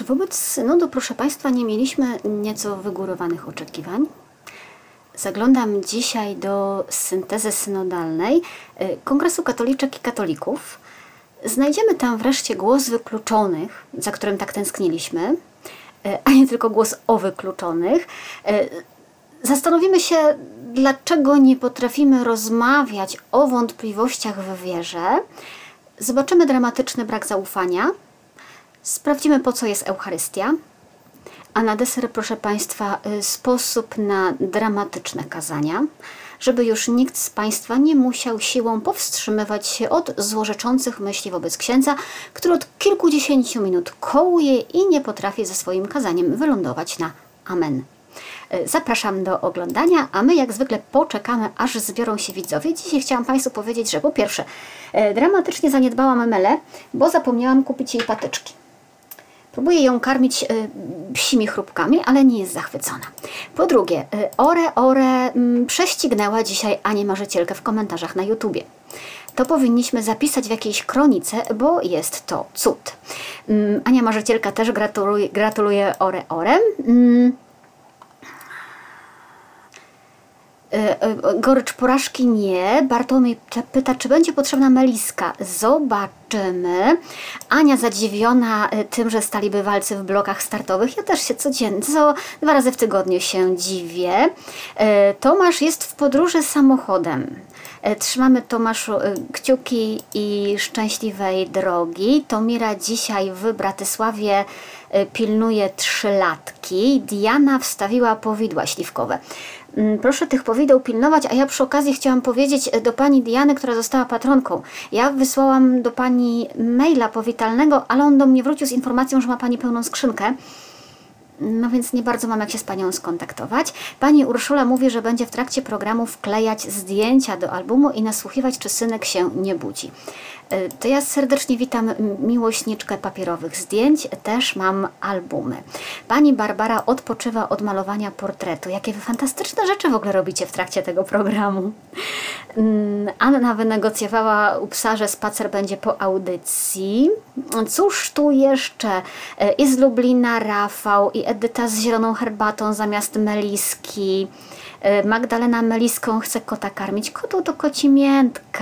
Wobec synodu, proszę Państwa, nie mieliśmy nieco wygórowanych oczekiwań. Zaglądam dzisiaj do syntezy synodalnej Kongresu Katoliczek i Katolików. Znajdziemy tam wreszcie głos wykluczonych, za którym tak tęskniliśmy, a nie tylko głos o wykluczonych. Zastanowimy się, dlaczego nie potrafimy rozmawiać o wątpliwościach w wierze. Zobaczymy dramatyczny brak zaufania. Sprawdzimy, po co jest Eucharystia. A na deser, proszę Państwa, sposób na dramatyczne kazania, żeby już nikt z Państwa nie musiał siłą powstrzymywać się od złorzeczących myśli wobec księdza, który od kilkudziesięciu minut kołuje i nie potrafi ze swoim kazaniem wylądować na amen. Zapraszam do oglądania, a my jak zwykle poczekamy, aż zbiorą się widzowie. Dzisiaj chciałam Państwu powiedzieć, że po pierwsze, dramatycznie zaniedbałam Melę, bo zapomniałam kupić jej patyczki. Próbuję ją karmić psimi chrupkami, ale nie jest zachwycona. Po drugie, prześcignęła dzisiaj Anię Marzycielkę w komentarzach na YouTubie. To powinniśmy zapisać w jakiejś kronice, bo jest to cud. Ania Marzycielka też gratuluje Ore. Gorycz porażki nie. Bartłomiej pyta, czy będzie potrzebna meliska. Zobaczymy. Ania zadziwiona tym, że stali bywalcy w blokach startowych. Ja też się codziennie, co 2 razy w tygodniu się dziwię. Tomasz jest w podróży samochodem. Trzymamy, Tomaszu, kciuki i szczęśliwej drogi. Tomira dzisiaj w Bratysławie pilnuje 3-latki. Diana wstawiła powidła śliwkowe. Proszę tych powideł pilnować, a ja przy okazji chciałam powiedzieć do pani Diany, która została patronką. Ja wysłałam do pani maila powitalnego, ale on do mnie wrócił z informacją, że ma pani pełną skrzynkę. No więc nie bardzo mam jak się z panią skontaktować. Pani Urszula mówi, że będzie w trakcie programu wklejać zdjęcia do albumu i nasłuchiwać, czy synek się nie budzi. To ja serdecznie witam miłośniczkę papierowych zdjęć, też mam albumy. Pani Barbara odpoczywa od malowania portretu. Jakie wy fantastyczne rzeczy w ogóle robicie w trakcie tego programu. Anna wynegocjowała u psa, że spacer będzie po audycji. Cóż tu jeszcze? I z Lublina Rafał, i Edyta z zieloną herbatą zamiast meliski. Magdalena meliską chce kota karmić. Kotu to kocimiętkę.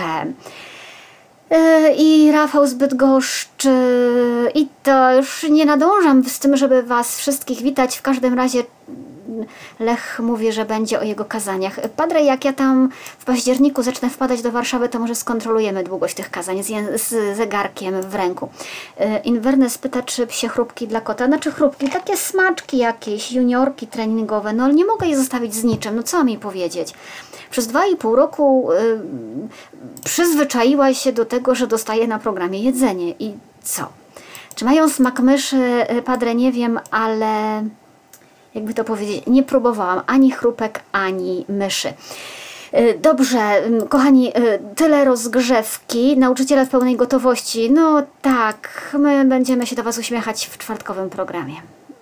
I Rafał z Bydgoszczy. I to już nie nadążam z tym, żeby Was wszystkich witać. W każdym razie Lech mówi, że będzie o jego kazaniach. Padre, jak ja tam w październiku zacznę wpadać do Warszawy, to może skontrolujemy długość tych kazań z zegarkiem w ręku. Inverness pyta, czy psie chrupki dla kota. Znaczy chrupki, takie smaczki jakieś, juniorki treningowe. No ale nie mogę je zostawić z niczym. No co mam jej powiedzieć? Przez 2,5 roku przyzwyczaiła się do tego, że dostaje na programie jedzenie. I co? Czy mają smak myszy? Padre, nie wiem, ale jakby to powiedzieć, nie próbowałam ani chrupek, ani myszy. Dobrze, kochani, tyle rozgrzewki. Nauczyciele w pełnej gotowości. No tak, my będziemy się do Was uśmiechać w czwartkowym programie.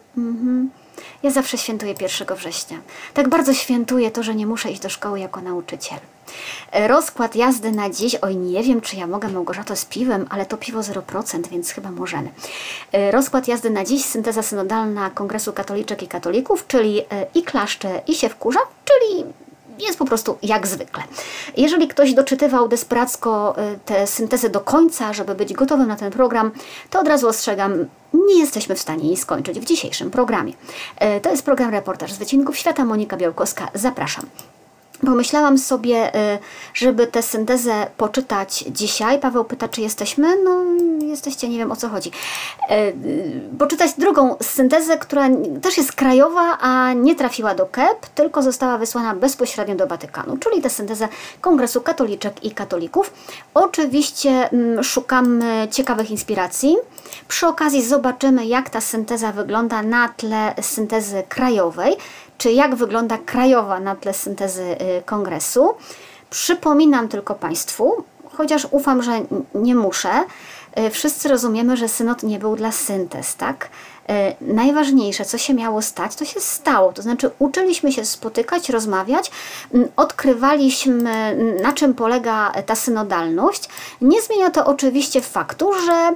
Ja zawsze świętuję 1 września. Tak bardzo świętuję to, że nie muszę iść do szkoły jako nauczyciel. Rozkład jazdy na dziś. Oj, nie wiem, czy ja mogę, Małgorzato, z piwem, ale to piwo 0%, więc chyba możemy. Rozkład jazdy na dziś, synteza synodalna Kongresu Katoliczek i Katolików, czyli i klaszcze, i się wkurza, czyli jest po prostu jak zwykle. Jeżeli ktoś doczytywał desperacko tę syntezę do końca, żeby być gotowym na ten program, to od razu ostrzegam, nie jesteśmy w stanie jej skończyć w dzisiejszym programie. To jest program Reportaż z Wycinków Świata. Monika Białkowska, zapraszam. Pomyślałam sobie, żeby tę syntezę poczytać dzisiaj. Paweł pyta, czy jesteśmy? No, jesteście, nie wiem o co chodzi. Poczytać drugą syntezę, która też jest krajowa, a nie trafiła do KEP, tylko została wysłana bezpośrednio do Watykanu, czyli tę syntezę Kongresu Katoliczek i Katolików. Oczywiście szukamy ciekawych inspiracji. Przy okazji zobaczymy, jak ta synteza wygląda na tle syntezy krajowej, czy jak wygląda krajowa na tle syntezy kongresu. Przypominam tylko Państwu, chociaż ufam, że nie muszę, wszyscy rozumiemy, że synod nie był dla syntez, tak? Najważniejsze, co się miało stać, to się stało. To znaczy uczyliśmy się spotykać, rozmawiać, odkrywaliśmy, na czym polega ta synodalność. Nie zmienia to oczywiście faktu, że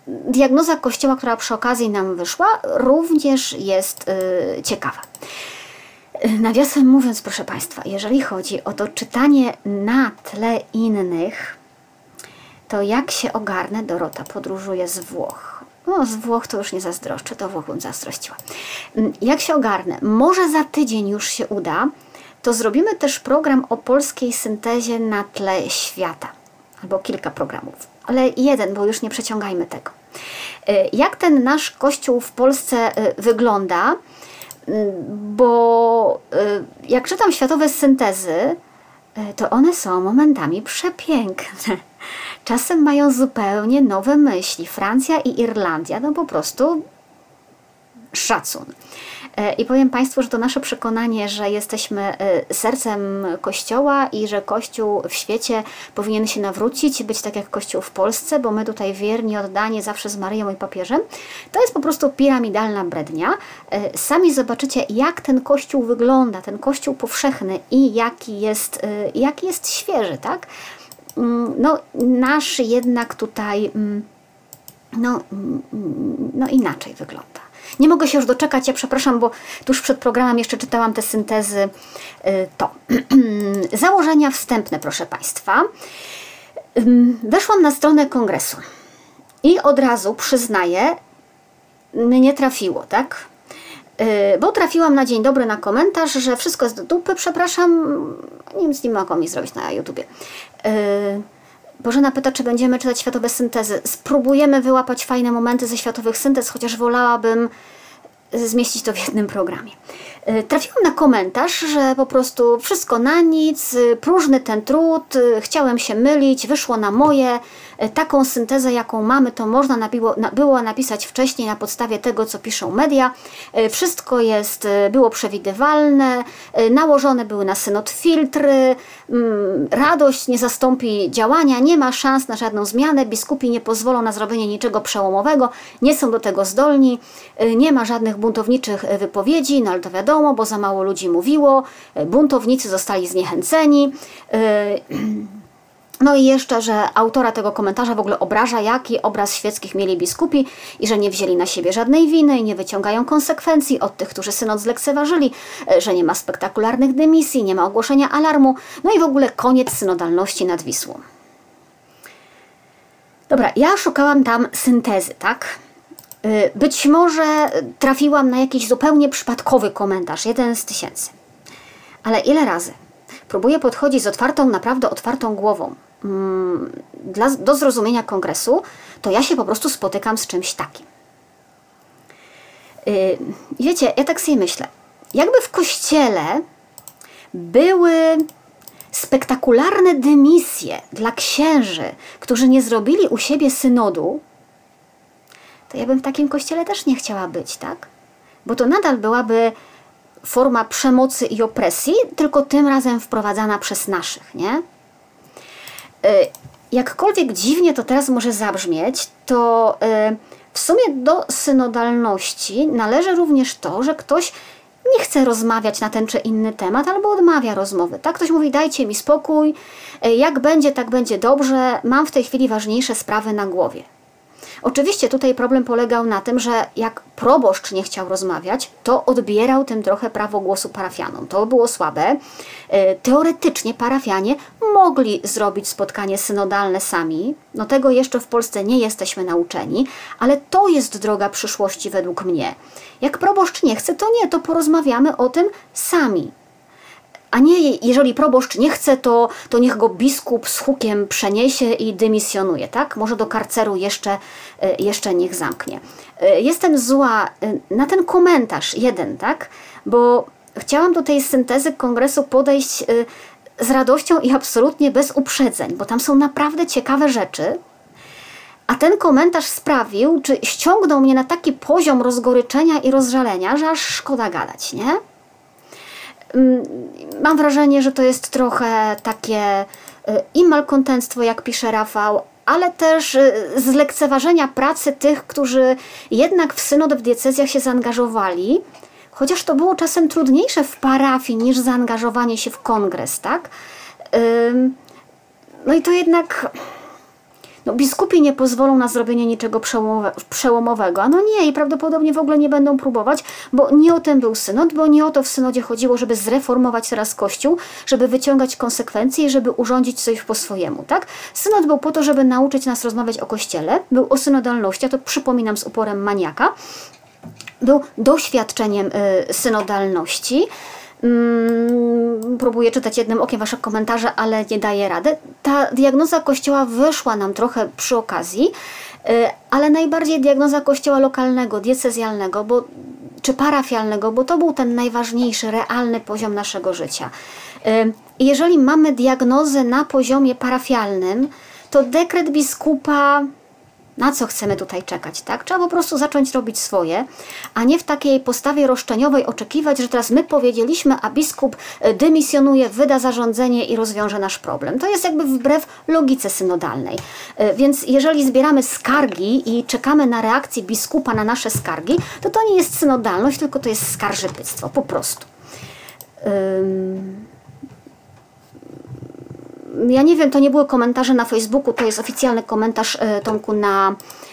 diagnoza Kościoła, która przy okazji nam wyszła, również jest ciekawa. Nawiasem mówiąc, proszę Państwa, jeżeli chodzi o to czytanie na tle innych, to jak się ogarnę, Dorota podróżuje z Włoch. No, z Włoch to już nie zazdroszczę, to Włoch bym zazdrościła. Jak się ogarnę, może za tydzień już się uda, to zrobimy też program o polskiej syntezie na tle świata. Albo kilka programów, ale jeden, bo już nie przeciągajmy tego. Jak ten nasz Kościół w Polsce wygląda, bo jak czytam światowe syntezy, to one są momentami przepiękne. Czasem mają zupełnie nowe myśli. Francja i Irlandia, no po prostu szacun. I powiem Państwu, że to nasze przekonanie, że jesteśmy sercem Kościoła i że Kościół w świecie powinien się nawrócić i być tak jak Kościół w Polsce, bo my tutaj wierni, oddani zawsze z Maryją i papieżem, to jest po prostu piramidalna brednia. Sami zobaczycie, jak ten Kościół wygląda, ten Kościół powszechny i jaki jest świeży, tak? No, nasz jednak tutaj no inaczej wygląda. Nie mogę się już doczekać, ja przepraszam, bo tuż przed programem jeszcze czytałam te syntezy. To założenia wstępne, proszę Państwa. Weszłam na stronę kongresu i od razu przyznaję, mnie trafiło, tak? Bo trafiłam na dzień dobry na komentarz, że wszystko jest do dupy, przepraszam, nic nie mogą mi zrobić na YouTubie. Bożena pyta, czy będziemy czytać światowe syntezy. Spróbujemy wyłapać fajne momenty ze światowych syntez, chociaż wolałabym zmieścić to w jednym programie. Trafiłam na komentarz, że po prostu wszystko na nic, próżny ten trud, chciałem się mylić, wyszło na moje, taką syntezę jaką mamy to można było napisać wcześniej na podstawie tego, co piszą media. Wszystko było przewidywalne, nałożone były na synod filtry, radość nie zastąpi działania, nie ma szans na żadną zmianę, biskupi nie pozwolą na zrobienie niczego przełomowego, nie są do tego zdolni, nie ma żadnych buntowniczych wypowiedzi, no ale to wiadomo, bo za mało ludzi mówiło, buntownicy zostali zniechęceni. No i jeszcze, że autora tego komentarza w ogóle obraża, jaki obraz świeckich mieli biskupi i że nie wzięli na siebie żadnej winy i nie wyciągają konsekwencji od tych, którzy synod zlekceważyli, że nie ma spektakularnych dymisji, nie ma ogłoszenia alarmu, no i w ogóle koniec synodalności nad Wisłą. Dobra, ja szukałam tam syntezy, tak? Być może trafiłam na jakiś zupełnie przypadkowy komentarz, 1 z 1000. Ale ile razy próbuję podchodzić z naprawdę otwartą głową do zrozumienia kongresu, to ja się po prostu spotykam z czymś takim. Wiecie, ja tak sobie myślę, jakby w kościele były spektakularne dymisje dla księży, którzy nie zrobili u siebie synodu, to ja bym w takim kościele też nie chciała być, tak? Bo to nadal byłaby forma przemocy i opresji, tylko tym razem wprowadzana przez naszych, nie? Jakkolwiek dziwnie to teraz może zabrzmieć, to w sumie do synodalności należy również to, że ktoś nie chce rozmawiać na ten czy inny temat albo odmawia rozmowy. Tak? Ktoś mówi, dajcie mi spokój, jak będzie, tak będzie dobrze, mam w tej chwili ważniejsze sprawy na głowie. Oczywiście tutaj problem polegał na tym, że jak proboszcz nie chciał rozmawiać, to odbierał tym trochę prawo głosu parafianom. To było słabe. Teoretycznie parafianie mogli zrobić spotkanie synodalne sami. No tego jeszcze w Polsce nie jesteśmy nauczeni, ale to jest droga przyszłości według mnie. Jak proboszcz nie chce, to nie, to porozmawiamy o tym sami. A nie, jeżeli proboszcz nie chce, to niech go biskup z hukiem przeniesie i dymisjonuje, tak? Może do karceru jeszcze niech zamknie. Jestem zła na ten komentarz jeden, tak? Bo chciałam do tej syntezy kongresu podejść z radością i absolutnie bez uprzedzeń, bo tam są naprawdę ciekawe rzeczy. A ten komentarz sprawił, czy ściągnął mnie na taki poziom rozgoryczenia i rozżalenia, że aż szkoda gadać, nie? Mam wrażenie, że to jest trochę takie i malkontenstwo, jak pisze Rafał, ale też zlekceważenia pracy tych, którzy jednak w synod w diecezjach się zaangażowali, chociaż to było czasem trudniejsze w parafii niż zaangażowanie się w kongres, tak? No i to jednak, no, biskupi nie pozwolą na zrobienie niczego przełomowego. A no nie, i prawdopodobnie w ogóle nie będą próbować, bo nie o tym był synod, bo nie o to w synodzie chodziło, żeby zreformować teraz Kościół, żeby wyciągać konsekwencje i żeby urządzić coś po swojemu, tak? Synod był po to, żeby nauczyć nas rozmawiać o Kościele, był o synodalności, a to przypominam z uporem maniaka, był doświadczeniem synodalności. Próbuję czytać jednym okiem Wasze komentarze, ale nie daję rady. Ta diagnoza Kościoła wyszła nam trochę przy okazji, ale najbardziej diagnoza Kościoła lokalnego, diecezjalnego, czy parafialnego, bo to był ten najważniejszy, realny poziom naszego życia. I jeżeli mamy diagnozę na poziomie parafialnym, to dekret biskupa, na co chcemy tutaj czekać, tak? Trzeba po prostu zacząć robić swoje, a nie w takiej postawie roszczeniowej oczekiwać, że teraz my powiedzieliśmy, a biskup dymisjonuje, wyda zarządzenie i rozwiąże nasz problem. To jest jakby wbrew logice synodalnej. Więc jeżeli zbieramy skargi i czekamy na reakcję biskupa na nasze skargi, to nie jest synodalność, tylko to jest skarżybyctwo, po prostu. Ja nie wiem, to nie były komentarze na Facebooku, to jest oficjalny komentarz, Tomku, na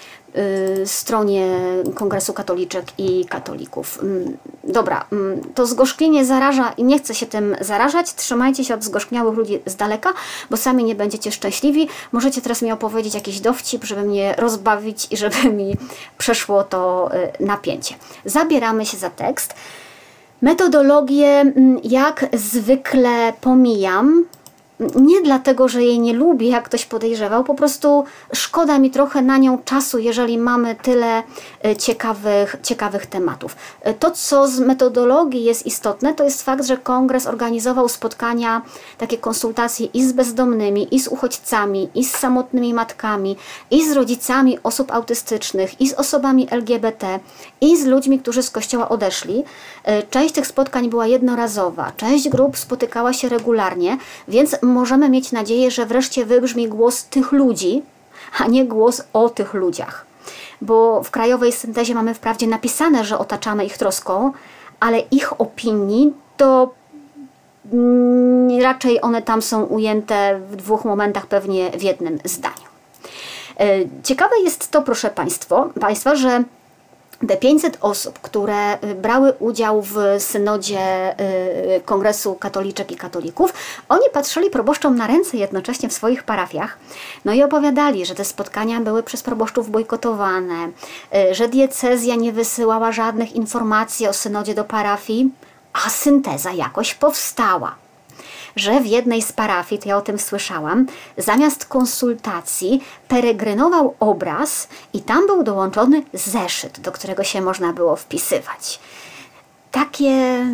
stronie Kongresu Katoliczek i Katolików. Dobra, to zgorzknienie zaraża i nie chcę się tym zarażać. Trzymajcie się od zgorzkniałych ludzi z daleka, bo sami nie będziecie szczęśliwi. Możecie teraz mi opowiedzieć jakiś dowcip, żeby mnie rozbawić i żeby mi przeszło to napięcie. Zabieramy się za tekst. Metodologię jak zwykle pomijam. Nie dlatego, że jej nie lubię, jak ktoś podejrzewał, po prostu szkoda mi trochę na nią czasu, jeżeli mamy tyle ciekawych tematów. To, co z metodologii jest istotne, to jest fakt, że Kongres organizował spotkania, takie konsultacje i z bezdomnymi, i z uchodźcami, i z samotnymi matkami, i z rodzicami osób autystycznych, i z osobami LGBT, i z ludźmi, którzy z Kościoła odeszli. Część tych spotkań była jednorazowa, część grup spotykała się regularnie, więc możemy mieć nadzieję, że wreszcie wybrzmi głos tych ludzi, a nie głos o tych ludziach. Bo w krajowej syntezie mamy wprawdzie napisane, że otaczamy ich troską, ale ich opinii to raczej one tam są ujęte w dwóch momentach, pewnie w jednym zdaniu. Ciekawe jest to, proszę Państwa, że te 500 osób, które brały udział w synodzie Kongresu Katoliczek i Katolików, oni patrzyli proboszczom na ręce jednocześnie w swoich parafiach, no i opowiadali, że te spotkania były przez proboszczów bojkotowane, że diecezja nie wysyłała żadnych informacji o synodzie do parafii, a synteza jakoś powstała. Że w jednej z parafii, to ja o tym słyszałam, zamiast konsultacji peregrynował obraz i tam był dołączony zeszyt, do którego się można było wpisywać. Takie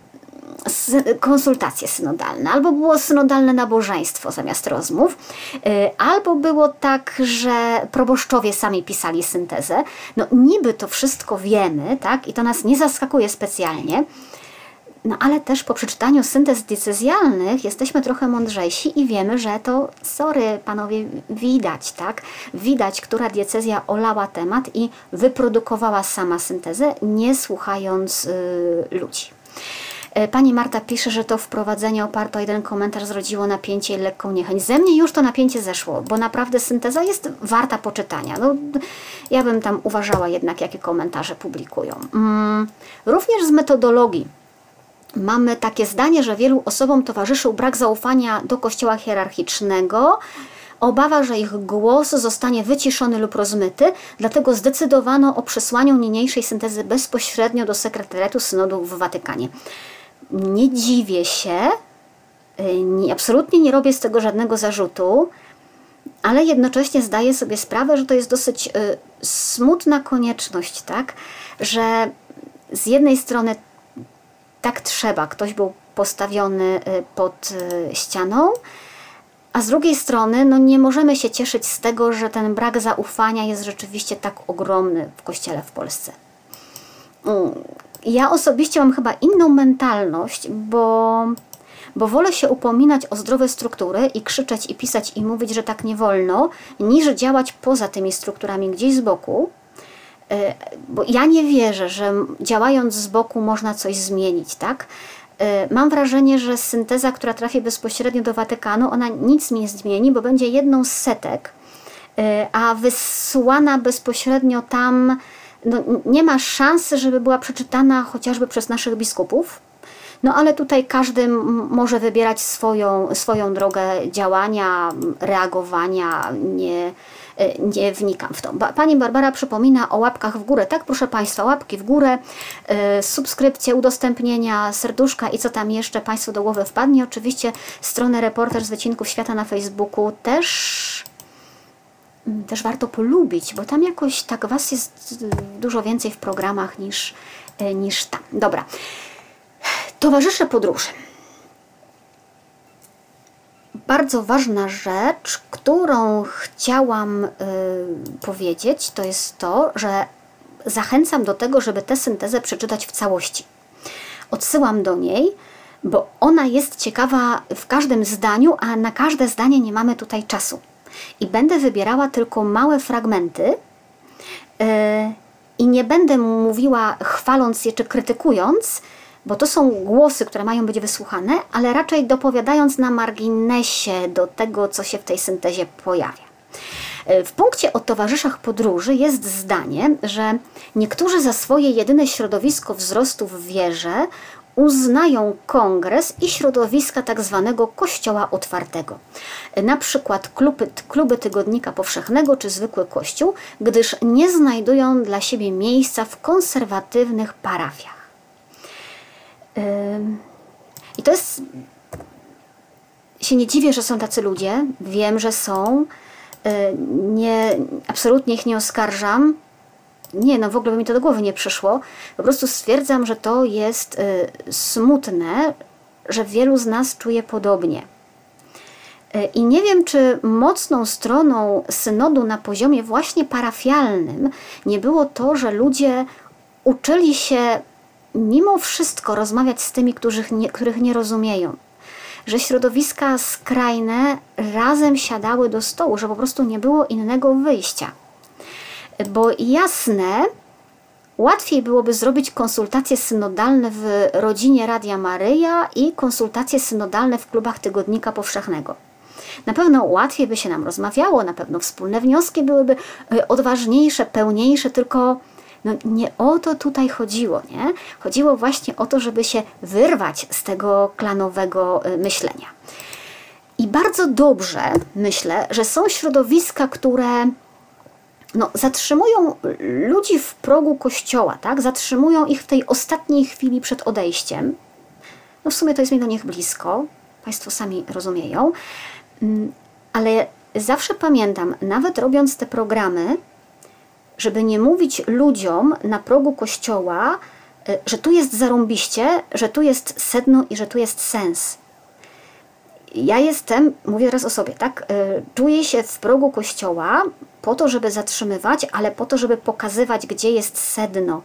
konsultacje synodalne. Albo było synodalne nabożeństwo zamiast rozmów, albo było tak, że proboszczowie sami pisali syntezę. No niby to wszystko wiemy, tak? I to nas nie zaskakuje specjalnie. No ale też po przeczytaniu syntez diecezjalnych jesteśmy trochę mądrzejsi i wiemy, że to, sorry panowie, widać, tak? Widać, która diecezja olała temat i wyprodukowała sama syntezę, nie słuchając ludzi. Pani Marta pisze, że to wprowadzenie oparte o jeden komentarz zrodziło napięcie i lekką niechęć. Ze mnie już to napięcie zeszło, bo naprawdę synteza jest warta poczytania. No, ja bym tam uważała jednak, jakie komentarze publikują. Również z metodologii mamy takie zdanie, że wielu osobom towarzyszył brak zaufania do kościoła hierarchicznego, obawa, że ich głos zostanie wyciszony lub rozmyty, dlatego zdecydowano o przesłaniu niniejszej syntezy bezpośrednio do sekretariatu synodu w Watykanie. Nie dziwię się, absolutnie nie robię z tego żadnego zarzutu, ale jednocześnie zdaję sobie sprawę, że to jest dosyć smutna konieczność, tak? Że z jednej strony tak trzeba, ktoś był postawiony pod ścianą, a z drugiej strony no nie możemy się cieszyć z tego, że ten brak zaufania jest rzeczywiście tak ogromny w Kościele w Polsce. Ja osobiście mam chyba inną mentalność, bo wolę się upominać o zdrowe struktury i krzyczeć i pisać i mówić, że tak nie wolno, niż działać poza tymi strukturami gdzieś z boku. Bo ja nie wierzę, że działając z boku można coś zmienić, tak? Mam wrażenie, że synteza, która trafi bezpośrednio do Watykanu, ona nic nie zmieni, bo będzie jedną z setek a wysłana bezpośrednio tam, no, nie ma szansy, żeby była przeczytana chociażby przez naszych biskupów. No ale tutaj każdy może wybierać swoją drogę działania, reagowania, nie wnikam w to. Pani Barbara przypomina o łapkach w górę. Tak, proszę Państwa, łapki w górę, subskrypcje, udostępnienia, serduszka i co tam jeszcze Państwu do głowy wpadnie. Oczywiście stronę Reporter z Wycinków Świata na Facebooku też warto polubić, bo tam jakoś tak Was jest dużo więcej w programach niż tam. Dobra. Towarzysze podróży. Bardzo ważna rzecz, którą chciałam powiedzieć, to jest to, że zachęcam do tego, żeby tę syntezę przeczytać w całości. Odsyłam do niej, bo ona jest ciekawa w każdym zdaniu, a na każde zdanie nie mamy tutaj czasu. I będę wybierała tylko małe fragmenty i nie będę mówiła chwaląc je czy krytykując, bo to są głosy, które mają być wysłuchane, ale raczej dopowiadając na marginesie do tego, co się w tej syntezie pojawia. W punkcie o towarzyszach podróży jest zdanie, że niektórzy za swoje jedyne środowisko wzrostu w wierze uznają kongres i środowiska tak zwanego Kościoła Otwartego. Na przykład kluby Tygodnika Powszechnego czy zwykły Kościół, gdyż nie znajdują dla siebie miejsca w konserwatywnych parafiach. I to jest... się nie dziwię, że są tacy ludzie. Wiem, że są. Absolutnie ich nie oskarżam. Nie, no w ogóle by mi to do głowy nie przyszło. Po prostu stwierdzam, że to jest smutne, że wielu z nas czuje podobnie. I nie wiem, czy mocną stroną synodu na poziomie właśnie parafialnym nie było to, że ludzie uczyli się mimo wszystko rozmawiać z tymi, których nie rozumieją. Że środowiska skrajne razem siadały do stołu, że po prostu nie było innego wyjścia. Bo jasne, łatwiej byłoby zrobić konsultacje synodalne w rodzinie Radia Maryja i konsultacje synodalne w klubach Tygodnika Powszechnego. Na pewno łatwiej by się nam rozmawiało, na pewno wspólne wnioski byłyby odważniejsze, pełniejsze, tylko no nie o to tutaj chodziło, nie? Chodziło właśnie o to, żeby się wyrwać z tego klanowego myślenia. I bardzo dobrze myślę, że są środowiska, które zatrzymują ludzi w progu kościoła, tak? Zatrzymują ich w tej ostatniej chwili przed odejściem. No w sumie to jest mi do nich blisko, Państwo sami rozumieją, ale zawsze pamiętam, nawet robiąc te programy, żeby nie mówić ludziom na progu kościoła, że tu jest zarąbiście, że tu jest sedno i że tu jest sens. Ja mówię teraz o sobie, tak? Czuję się w progu kościoła po to, żeby zatrzymywać, ale po to, żeby pokazywać, gdzie jest sedno.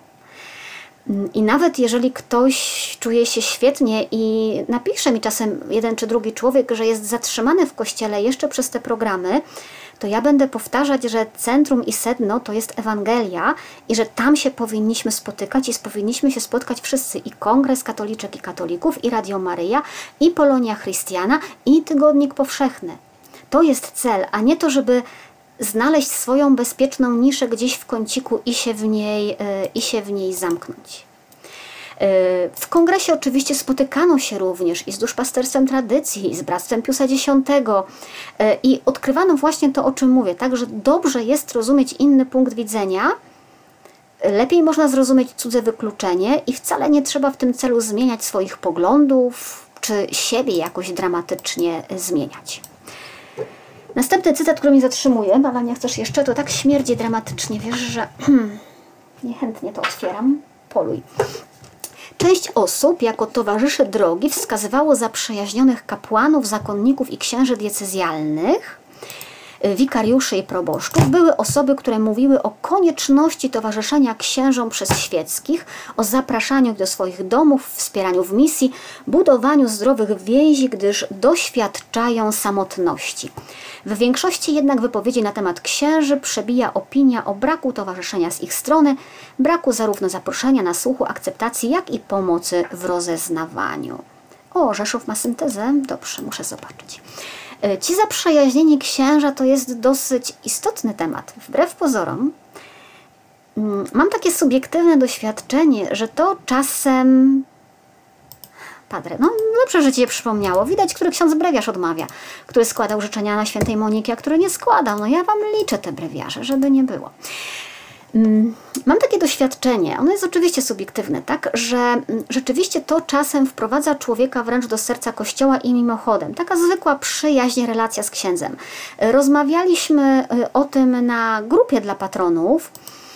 I nawet jeżeli ktoś czuje się świetnie i napisze mi czasem jeden czy drugi człowiek, że jest zatrzymany w kościele jeszcze przez te programy, to ja będę powtarzać, że centrum i sedno to jest Ewangelia i że tam się powinniśmy spotykać i powinniśmy się spotkać wszyscy, i Kongres Katoliczek i Katolików, i Radio Maryja, i Polonia Chrystiana, i Tygodnik Powszechny. To jest cel, a nie to, żeby znaleźć swoją bezpieczną niszę gdzieś w kąciku i się w niej zamknąć. W kongresie oczywiście spotykano się również i z duszpasterstwem tradycji, i z Bractwem Piusa X i odkrywano właśnie to, o czym mówię, tak, że dobrze jest rozumieć inny punkt widzenia, lepiej można zrozumieć cudze wykluczenie i wcale nie trzeba w tym celu zmieniać swoich poglądów, czy siebie jakoś dramatycznie zmieniać. Następny cytat, który mnie zatrzymuje, Bala, nie chcesz jeszcze? To tak śmierdzi dramatycznie, wiesz, że niechętnie to otwieram. Poluj. Część osób jako towarzyszy drogi wskazywało zaprzyjaźnionych kapłanów, zakonników i księży diecezjalnych, wikariuszy i proboszczów. Były osoby, które mówiły o konieczności towarzyszenia księżom przez świeckich, o zapraszaniu ich do swoich domów, wspieraniu w misji, budowaniu zdrowych więzi, gdyż doświadczają samotności. W większości jednak wypowiedzi na temat księży przebija opinia o braku towarzyszenia z ich strony, braku zarówno zaproszenia, nasłuchu, akceptacji, jak i pomocy w rozeznawaniu. O, Rzeszów ma syntezę? Dobrze, muszę zobaczyć. Ci zaprzyjaźnieni księża to jest dosyć istotny temat. Wbrew pozorom, mam takie subiektywne doświadczenie, że to czasem... Padre, no dobrze, że Cię przypomniało. Widać, który ksiądz brewiarz odmawia, który składał życzenia na świętej Moniki, a który nie składał. No ja Wam liczę te brewiarze, żeby nie było. Mam takie doświadczenie, ono jest oczywiście subiektywne, tak, że rzeczywiście to czasem wprowadza człowieka wręcz do serca Kościoła i mimochodem. Taka zwykła przyjaźń, relacja z księdzem. Rozmawialiśmy o tym na grupie dla patronów.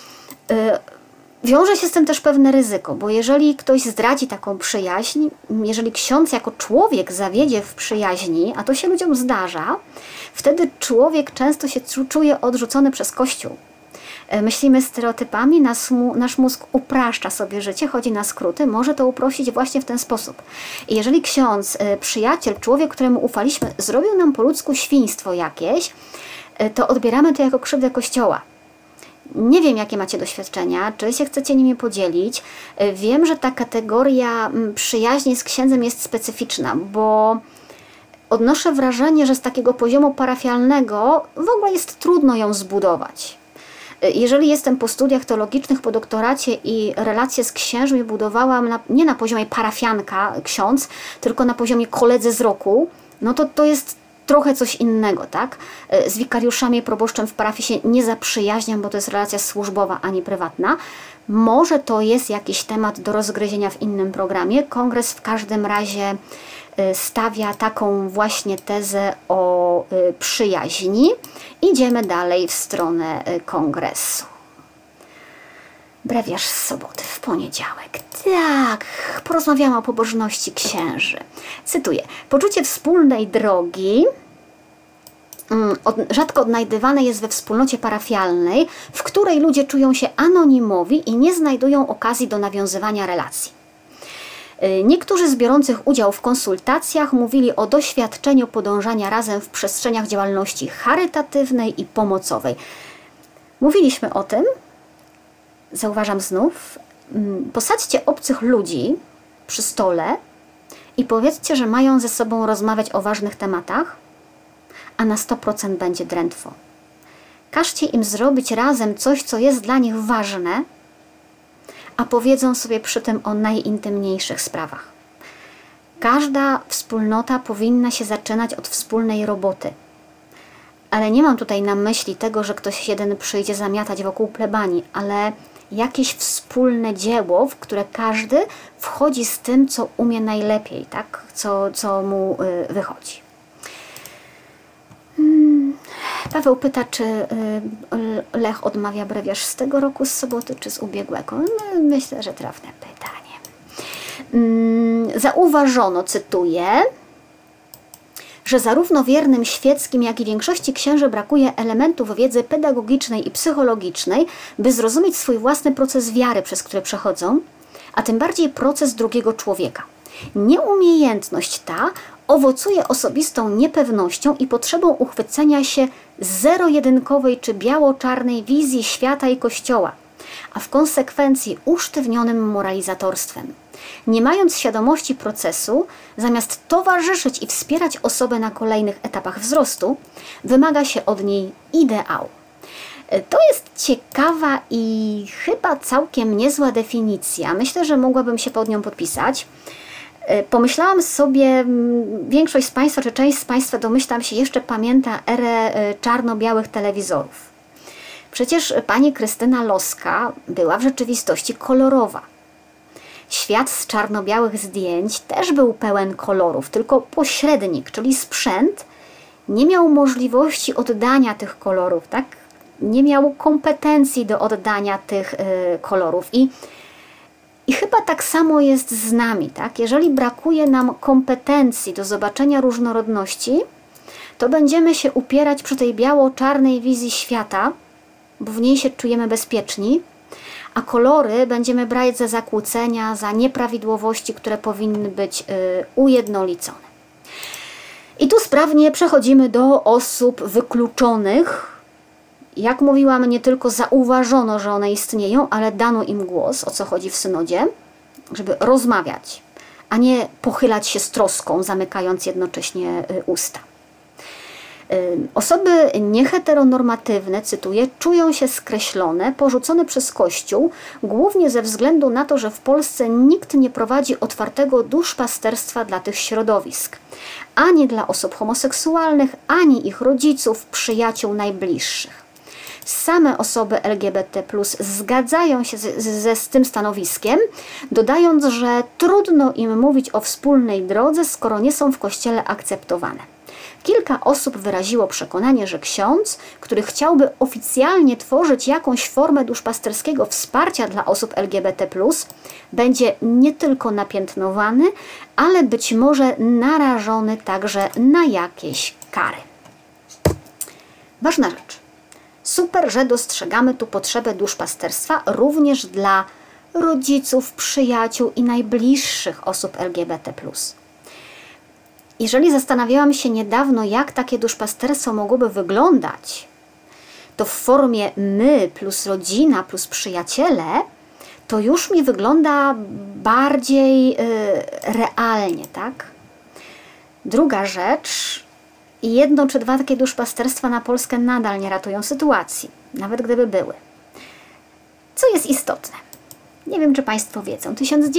Wiąże się z tym też pewne ryzyko, bo jeżeli ktoś zdradzi taką przyjaźń, jeżeli ksiądz jako człowiek zawiedzie w przyjaźni, a to się ludziom zdarza, wtedy człowiek często się czuje odrzucony przez Kościół. Myślimy stereotypami, nasz mózg upraszcza sobie życie, chodzi na skróty, może to uprościć właśnie w ten sposób. I jeżeli ksiądz, przyjaciel, człowiek, któremu ufaliśmy, zrobił nam po ludzku świństwo jakieś, to odbieramy to jako krzywdę Kościoła. Nie wiem, jakie macie doświadczenia, czy się chcecie nimi podzielić. Wiem, że ta kategoria przyjaźni z księdzem jest specyficzna, bo odnoszę wrażenie, że z takiego poziomu parafialnego w ogóle jest trudno ją zbudować. Jeżeli jestem po studiach teologicznych, po doktoracie i relacje z księżmi budowałam nie na poziomie parafianka, ksiądz, tylko na poziomie koledzy z roku, no to jest trochę coś innego, tak? Z wikariuszami, proboszczem w parafii się nie zaprzyjaźniam, bo to jest relacja służbowa, a nie prywatna. Może to jest jakiś temat do rozgryzienia w innym programie. Kongres w każdym razie stawia taką właśnie tezę o przyjaźni. Idziemy dalej w stronę kongresu. Brewiarz z soboty w poniedziałek. Tak, porozmawiamy o pobożności księży. Cytuję. Poczucie wspólnej drogi rzadko odnajdywane jest we wspólnocie parafialnej, w której ludzie czują się anonimowi i nie znajdują okazji do nawiązywania relacji. Niektórzy z biorących udział w konsultacjach mówili o doświadczeniu podążania razem w przestrzeniach działalności charytatywnej i pomocowej. Mówiliśmy o tym, zauważam znów, posadźcie obcych ludzi przy stole i powiedzcie, że mają ze sobą rozmawiać o ważnych tematach, a na 100% będzie drętwo. Każcie im zrobić razem coś, co jest dla nich ważne, a powiedzą sobie przy tym o najintymniejszych sprawach. Każda wspólnota powinna się zaczynać od wspólnej roboty. Ale nie mam tutaj na myśli tego, że ktoś jeden przyjdzie zamiatać wokół plebanii, ale jakieś wspólne dzieło, w które każdy wchodzi z tym, co umie najlepiej, tak? Co mu wychodzi. Paweł pyta, czy Lech odmawia brewiarz z tego roku, z soboty, czy z ubiegłego. No, myślę, że trafne pytanie. Zauważono, cytuję, że zarówno wiernym świeckim, jak i większości księży brakuje elementów wiedzy pedagogicznej i psychologicznej, by zrozumieć swój własny proces wiary, przez który przechodzą, a tym bardziej proces drugiego człowieka. Nieumiejętność ta owocuje osobistą niepewnością i potrzebą uchwycenia się zero-jedynkowej czy biało-czarnej wizji świata i Kościoła, a w konsekwencji usztywnionym moralizatorstwem. Nie mając świadomości procesu, zamiast towarzyszyć i wspierać osobę na kolejnych etapach wzrostu, wymaga się od niej ideału. To jest ciekawa i chyba całkiem niezła definicja. Myślę, że mogłabym się pod nią podpisać. Pomyślałam sobie, większość z Państwa, czy część z Państwa, domyślam się, jeszcze pamięta erę czarno-białych telewizorów. Przecież pani Krystyna Loska była w rzeczywistości kolorowa. Świat z czarno-białych zdjęć też był pełen kolorów, tylko pośrednik, czyli sprzęt, nie miał możliwości oddania tych kolorów, tak? Nie miał kompetencji do oddania tych kolorów. I chyba tak samo jest z nami, tak? Jeżeli brakuje nam kompetencji do zobaczenia różnorodności, to będziemy się upierać przy tej biało-czarnej wizji świata, bo w niej się czujemy bezpieczni, a kolory będziemy brać za zakłócenia, za nieprawidłowości, które powinny być ujednolicone. I tu sprawnie przechodzimy do osób wykluczonych. Jak mówiłam, nie tylko zauważono, że one istnieją, ale dano im głos, o co chodzi w synodzie, żeby rozmawiać, a nie pochylać się z troską, zamykając jednocześnie usta. Osoby nieheteronormatywne, cytuję, czują się skreślone, porzucone przez Kościół, głównie ze względu na to, że w Polsce nikt nie prowadzi otwartego duszpasterstwa dla tych środowisk. Ani dla osób homoseksualnych, ani ich rodziców, przyjaciół najbliższych. Same osoby LGBT+ zgadzają się z tym stanowiskiem, dodając, że trudno im mówić o wspólnej drodze, skoro nie są w Kościele akceptowane. Kilka osób wyraziło przekonanie, że ksiądz, który chciałby oficjalnie tworzyć jakąś formę duszpasterskiego wsparcia dla osób LGBT+, będzie nie tylko napiętnowany, ale być może narażony także na jakieś kary. Ważna rzecz. Super, że dostrzegamy tu potrzebę duszpasterstwa również dla rodziców, przyjaciół i najbliższych osób LGBT+. Jeżeli zastanawiałam się niedawno, jak takie duszpasterstwo mogłoby wyglądać, to w formie my plus rodzina plus przyjaciele, to już mi wygląda bardziej realnie, tak? Druga rzecz, jedno czy dwa takie duszpasterstwa na Polskę nadal nie ratują sytuacji, nawet gdyby były. Co jest istotne? Nie wiem, czy Państwo wiedzą.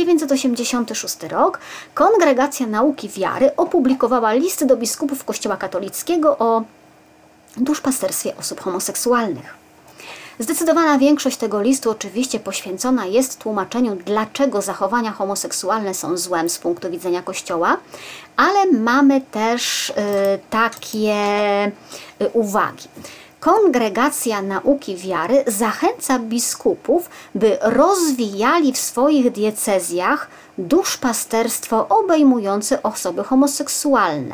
1986 rok Kongregacja Nauki Wiary opublikowała listy do biskupów Kościoła katolickiego o duszpasterstwie osób homoseksualnych. Zdecydowana większość tego listu oczywiście poświęcona jest tłumaczeniu, dlaczego zachowania homoseksualne są złem z punktu widzenia Kościoła, ale mamy też takie uwagi. Kongregacja Nauki Wiary zachęca biskupów, by rozwijali w swoich diecezjach duszpasterstwo obejmujące osoby homoseksualne,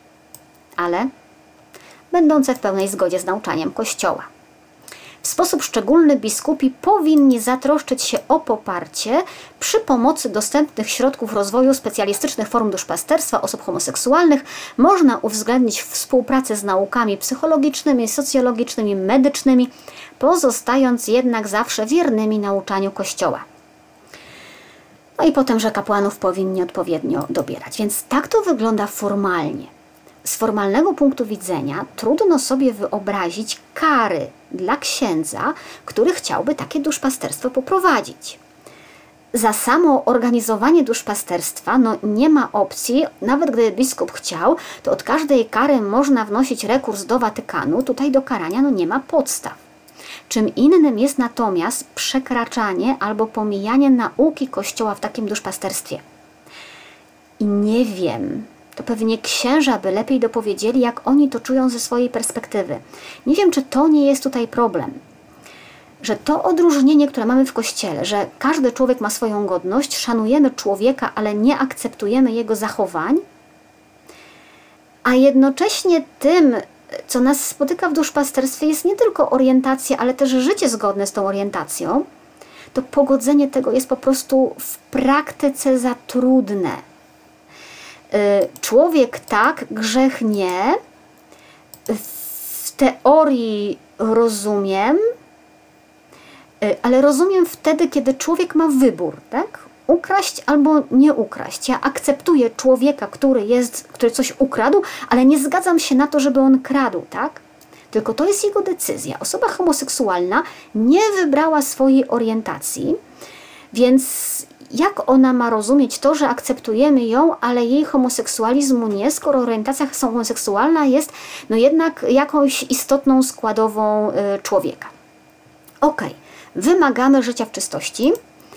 ale będące w pełnej zgodzie z nauczaniem Kościoła. W sposób szczególny biskupi powinni zatroszczyć się o poparcie przy pomocy dostępnych środków rozwoju specjalistycznych form duszpasterstwa osób homoseksualnych. Można uwzględnić współpracę z naukami psychologicznymi, socjologicznymi, medycznymi, pozostając jednak zawsze wiernymi nauczaniu Kościoła. No i potem, że kapłanów powinni odpowiednio dobierać. Więc tak to wygląda formalnie. Z formalnego punktu widzenia trudno sobie wyobrazić kary dla księdza, który chciałby takie duszpasterstwo poprowadzić. Za samo organizowanie duszpasterstwa nie ma opcji, nawet gdyby biskup chciał, to od każdej kary można wnosić rekurs do Watykanu, tutaj do karania nie ma podstaw. Czym innym jest natomiast przekraczanie albo pomijanie nauki Kościoła w takim duszpasterstwie. I nie wiem, to pewnie księża by lepiej dopowiedzieli, jak oni to czują ze swojej perspektywy. Nie wiem, czy to nie jest tutaj problem. Że to odróżnienie, które mamy w Kościele, że każdy człowiek ma swoją godność, szanujemy człowieka, ale nie akceptujemy jego zachowań, a jednocześnie tym, co nas spotyka w duszpasterstwie, jest nie tylko orientacja, ale też życie zgodne z tą orientacją, to pogodzenie tego jest po prostu w praktyce za trudne. Człowiek tak, grzech nie. W teorii rozumiem, ale rozumiem wtedy, kiedy człowiek ma wybór, tak? Ukraść albo nie ukraść. Ja akceptuję człowieka, który coś ukradł, ale nie zgadzam się na to, żeby on kradł, tak? Tylko to jest jego decyzja. Osoba homoseksualna nie wybrała swojej orientacji, więc jak ona ma rozumieć to, że akceptujemy ją, ale jej homoseksualizmu nie, skoro orientacja homoseksualna jest jednak jakąś istotną składową człowieka. Okej, wymagamy życia w czystości.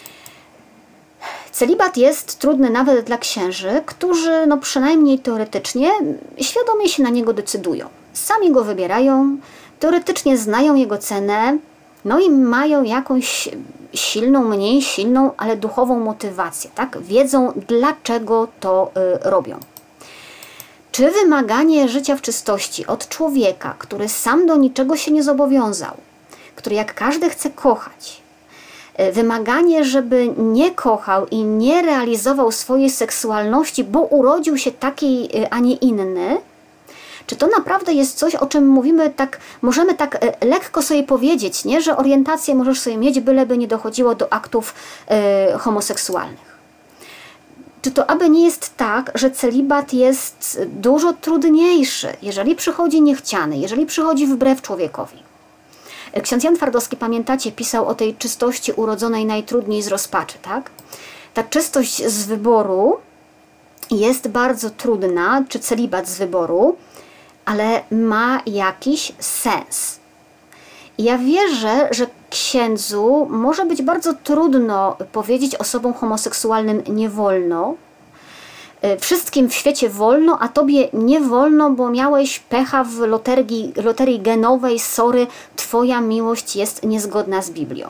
Celibat jest trudny nawet dla księży, którzy przynajmniej teoretycznie świadomie się na niego decydują. Sami go wybierają, teoretycznie znają jego cenę, i mają jakąś silną, mniej silną, ale duchową motywację, tak? Wiedzą, dlaczego to robią. Czy wymaganie życia w czystości od człowieka, który sam do niczego się nie zobowiązał, który jak każdy chce kochać, wymaganie, żeby nie kochał i nie realizował swojej seksualności, bo urodził się taki, a nie inny, czy to naprawdę jest coś, o czym mówimy możemy tak lekko sobie powiedzieć, nie? Że orientację możesz sobie mieć, byleby nie dochodziło do aktów homoseksualnych. czy to aby nie jest tak, że celibat jest dużo trudniejszy, jeżeli przychodzi niechciany, jeżeli przychodzi wbrew człowiekowi? Ksiądz Jan Twardowski, pamiętacie, pisał o tej czystości urodzonej najtrudniej z rozpaczy, tak? Ta czystość z wyboru jest bardzo trudna, czy celibat z wyboru, ale ma jakiś sens. I ja wierzę, że księdzu może być bardzo trudno powiedzieć osobom homoseksualnym nie wolno. Wszystkim w świecie wolno, a tobie nie wolno, bo miałeś pecha w loterii genowej, sorry, twoja miłość jest niezgodna z Biblią.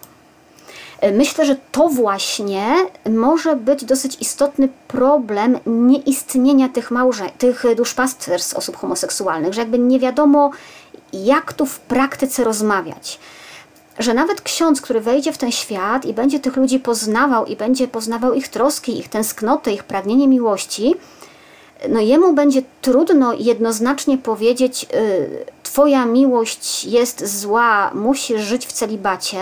Myślę, że to właśnie może być dosyć istotny problem nieistnienia tych duszpasterstw osób homoseksualnych, że jakby nie wiadomo, jak tu w praktyce rozmawiać. Że nawet ksiądz, który wejdzie w ten świat i będzie tych ludzi poznawał i będzie poznawał ich troski, ich tęsknoty, ich pragnienie miłości, no jemu będzie trudno jednoznacznie powiedzieć, twoja miłość jest zła, musisz żyć w celibacie,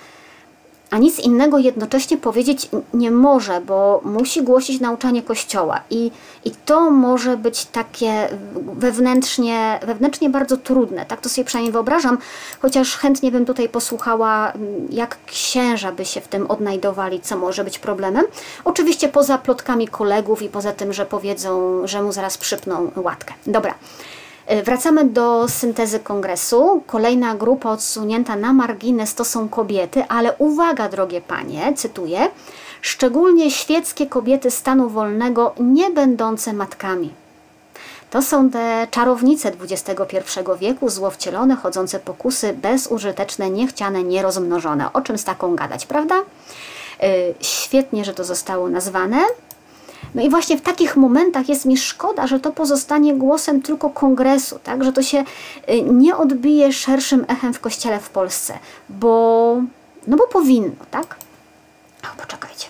a nic innego jednocześnie powiedzieć nie może, bo musi głosić nauczanie Kościoła. I to może być takie wewnętrznie bardzo trudne. Tak to sobie przynajmniej wyobrażam, chociaż chętnie bym tutaj posłuchała, jak księża by się w tym odnajdowali, co może być problemem. Oczywiście poza plotkami kolegów i poza tym, że powiedzą, że mu zaraz przypną łatkę. Dobra. Wracamy do syntezy kongresu. Kolejna grupa odsunięta na margines to są kobiety, ale uwaga, drogie panie, cytuję, szczególnie świeckie kobiety stanu wolnego, nie będące matkami. To są te czarownice XXI wieku, złowcielone, chodzące pokusy, bezużyteczne, niechciane, nierozmnożone. O czym z taką gadać, prawda? Świetnie, że to zostało nazwane. No i właśnie w takich momentach jest mi szkoda, że to pozostanie głosem tylko kongresu, tak? Że to się nie odbije szerszym echem w Kościele w Polsce, bo powinno, tak? O, poczekajcie.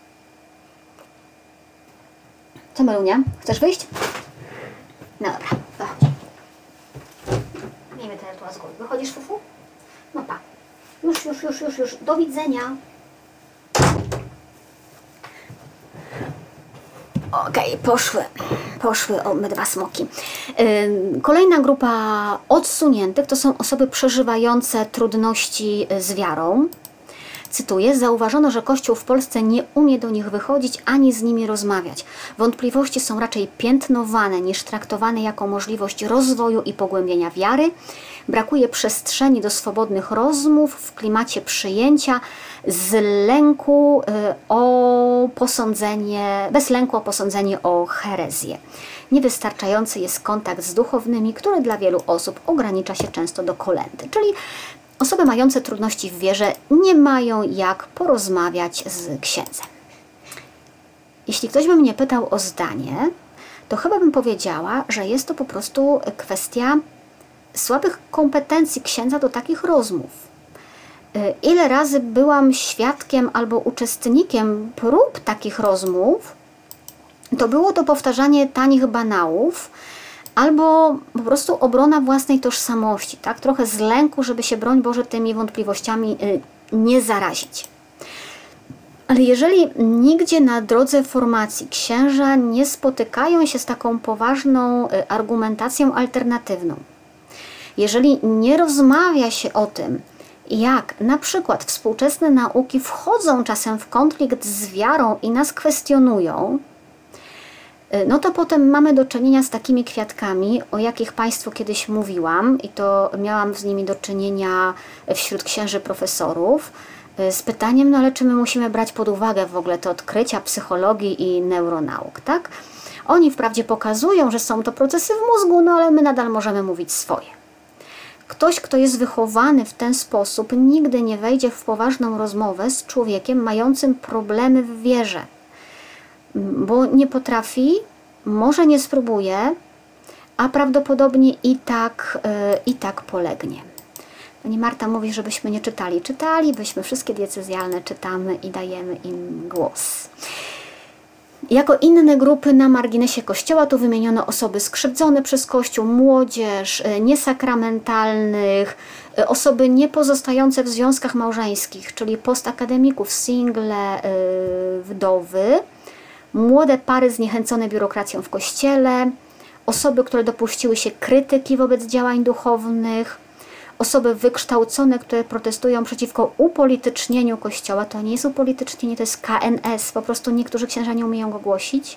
Co, Malunia? Chcesz wyjść? No dobra, wychodź. Miejmy ten rytuał z góry. Wychodzisz, Fufu? No pa. Już. Do widzenia. Okej, poszły obydwa smoki. Kolejna grupa odsuniętych to są osoby przeżywające trudności z wiarą. Cytuję, zauważono, że Kościół w Polsce nie umie do nich wychodzić ani z nimi rozmawiać. Wątpliwości są raczej piętnowane niż traktowane jako możliwość rozwoju i pogłębienia wiary. Brakuje przestrzeni do swobodnych rozmów w klimacie przyjęcia bez lęku o posądzenie o herezję. Niewystarczający jest kontakt z duchownymi, który dla wielu osób ogranicza się często do kolędy. Czyli osoby mające trudności w wierze nie mają jak porozmawiać z księdzem. Jeśli ktoś by mnie pytał o zdanie, to chyba bym powiedziała, że jest to po prostu kwestia słabych kompetencji księdza do takich rozmów. Ile razy byłam świadkiem albo uczestnikiem prób takich rozmów, to było to powtarzanie tanich banałów, albo po prostu obrona własnej tożsamości, tak? Trochę z lęku, żeby się, broń Boże, tymi wątpliwościami nie zarazić. Ale jeżeli nigdzie na drodze formacji księża nie spotykają się z taką poważną argumentacją alternatywną, jeżeli nie rozmawia się o tym, jak na przykład współczesne nauki wchodzą czasem w konflikt z wiarą i nas kwestionują, no to potem mamy do czynienia z takimi kwiatkami, o jakich Państwu kiedyś mówiłam i to miałam z nimi do czynienia wśród księży profesorów, z pytaniem, no ale czy my musimy brać pod uwagę w ogóle te odkrycia psychologii i neuronauk, tak? Oni wprawdzie pokazują, że są to procesy w mózgu, no ale my nadal możemy mówić swoje. Ktoś, kto jest wychowany w ten sposób, nigdy nie wejdzie w poważną rozmowę z człowiekiem mającym problemy w wierze, bo nie potrafi, może nie spróbuje, a prawdopodobnie i tak polegnie. Pani Marta mówi, żebyśmy nie czytali. Czytalibyśmy, wszystkie diecezjalne czytamy i dajemy im głos. Jako inne grupy na marginesie Kościoła tu wymieniono osoby skrzywdzone przez Kościół, młodzież, niesakramentalnych, osoby niepozostające w związkach małżeńskich, czyli postakademików, single, wdowy, młode pary zniechęcone biurokracją w kościele, osoby, które dopuściły się krytyki wobec działań duchownych, osoby wykształcone, które protestują przeciwko upolitycznieniu Kościoła. To nie jest upolitycznienie, to jest KNS, po prostu niektórzy księża nie umieją go głosić.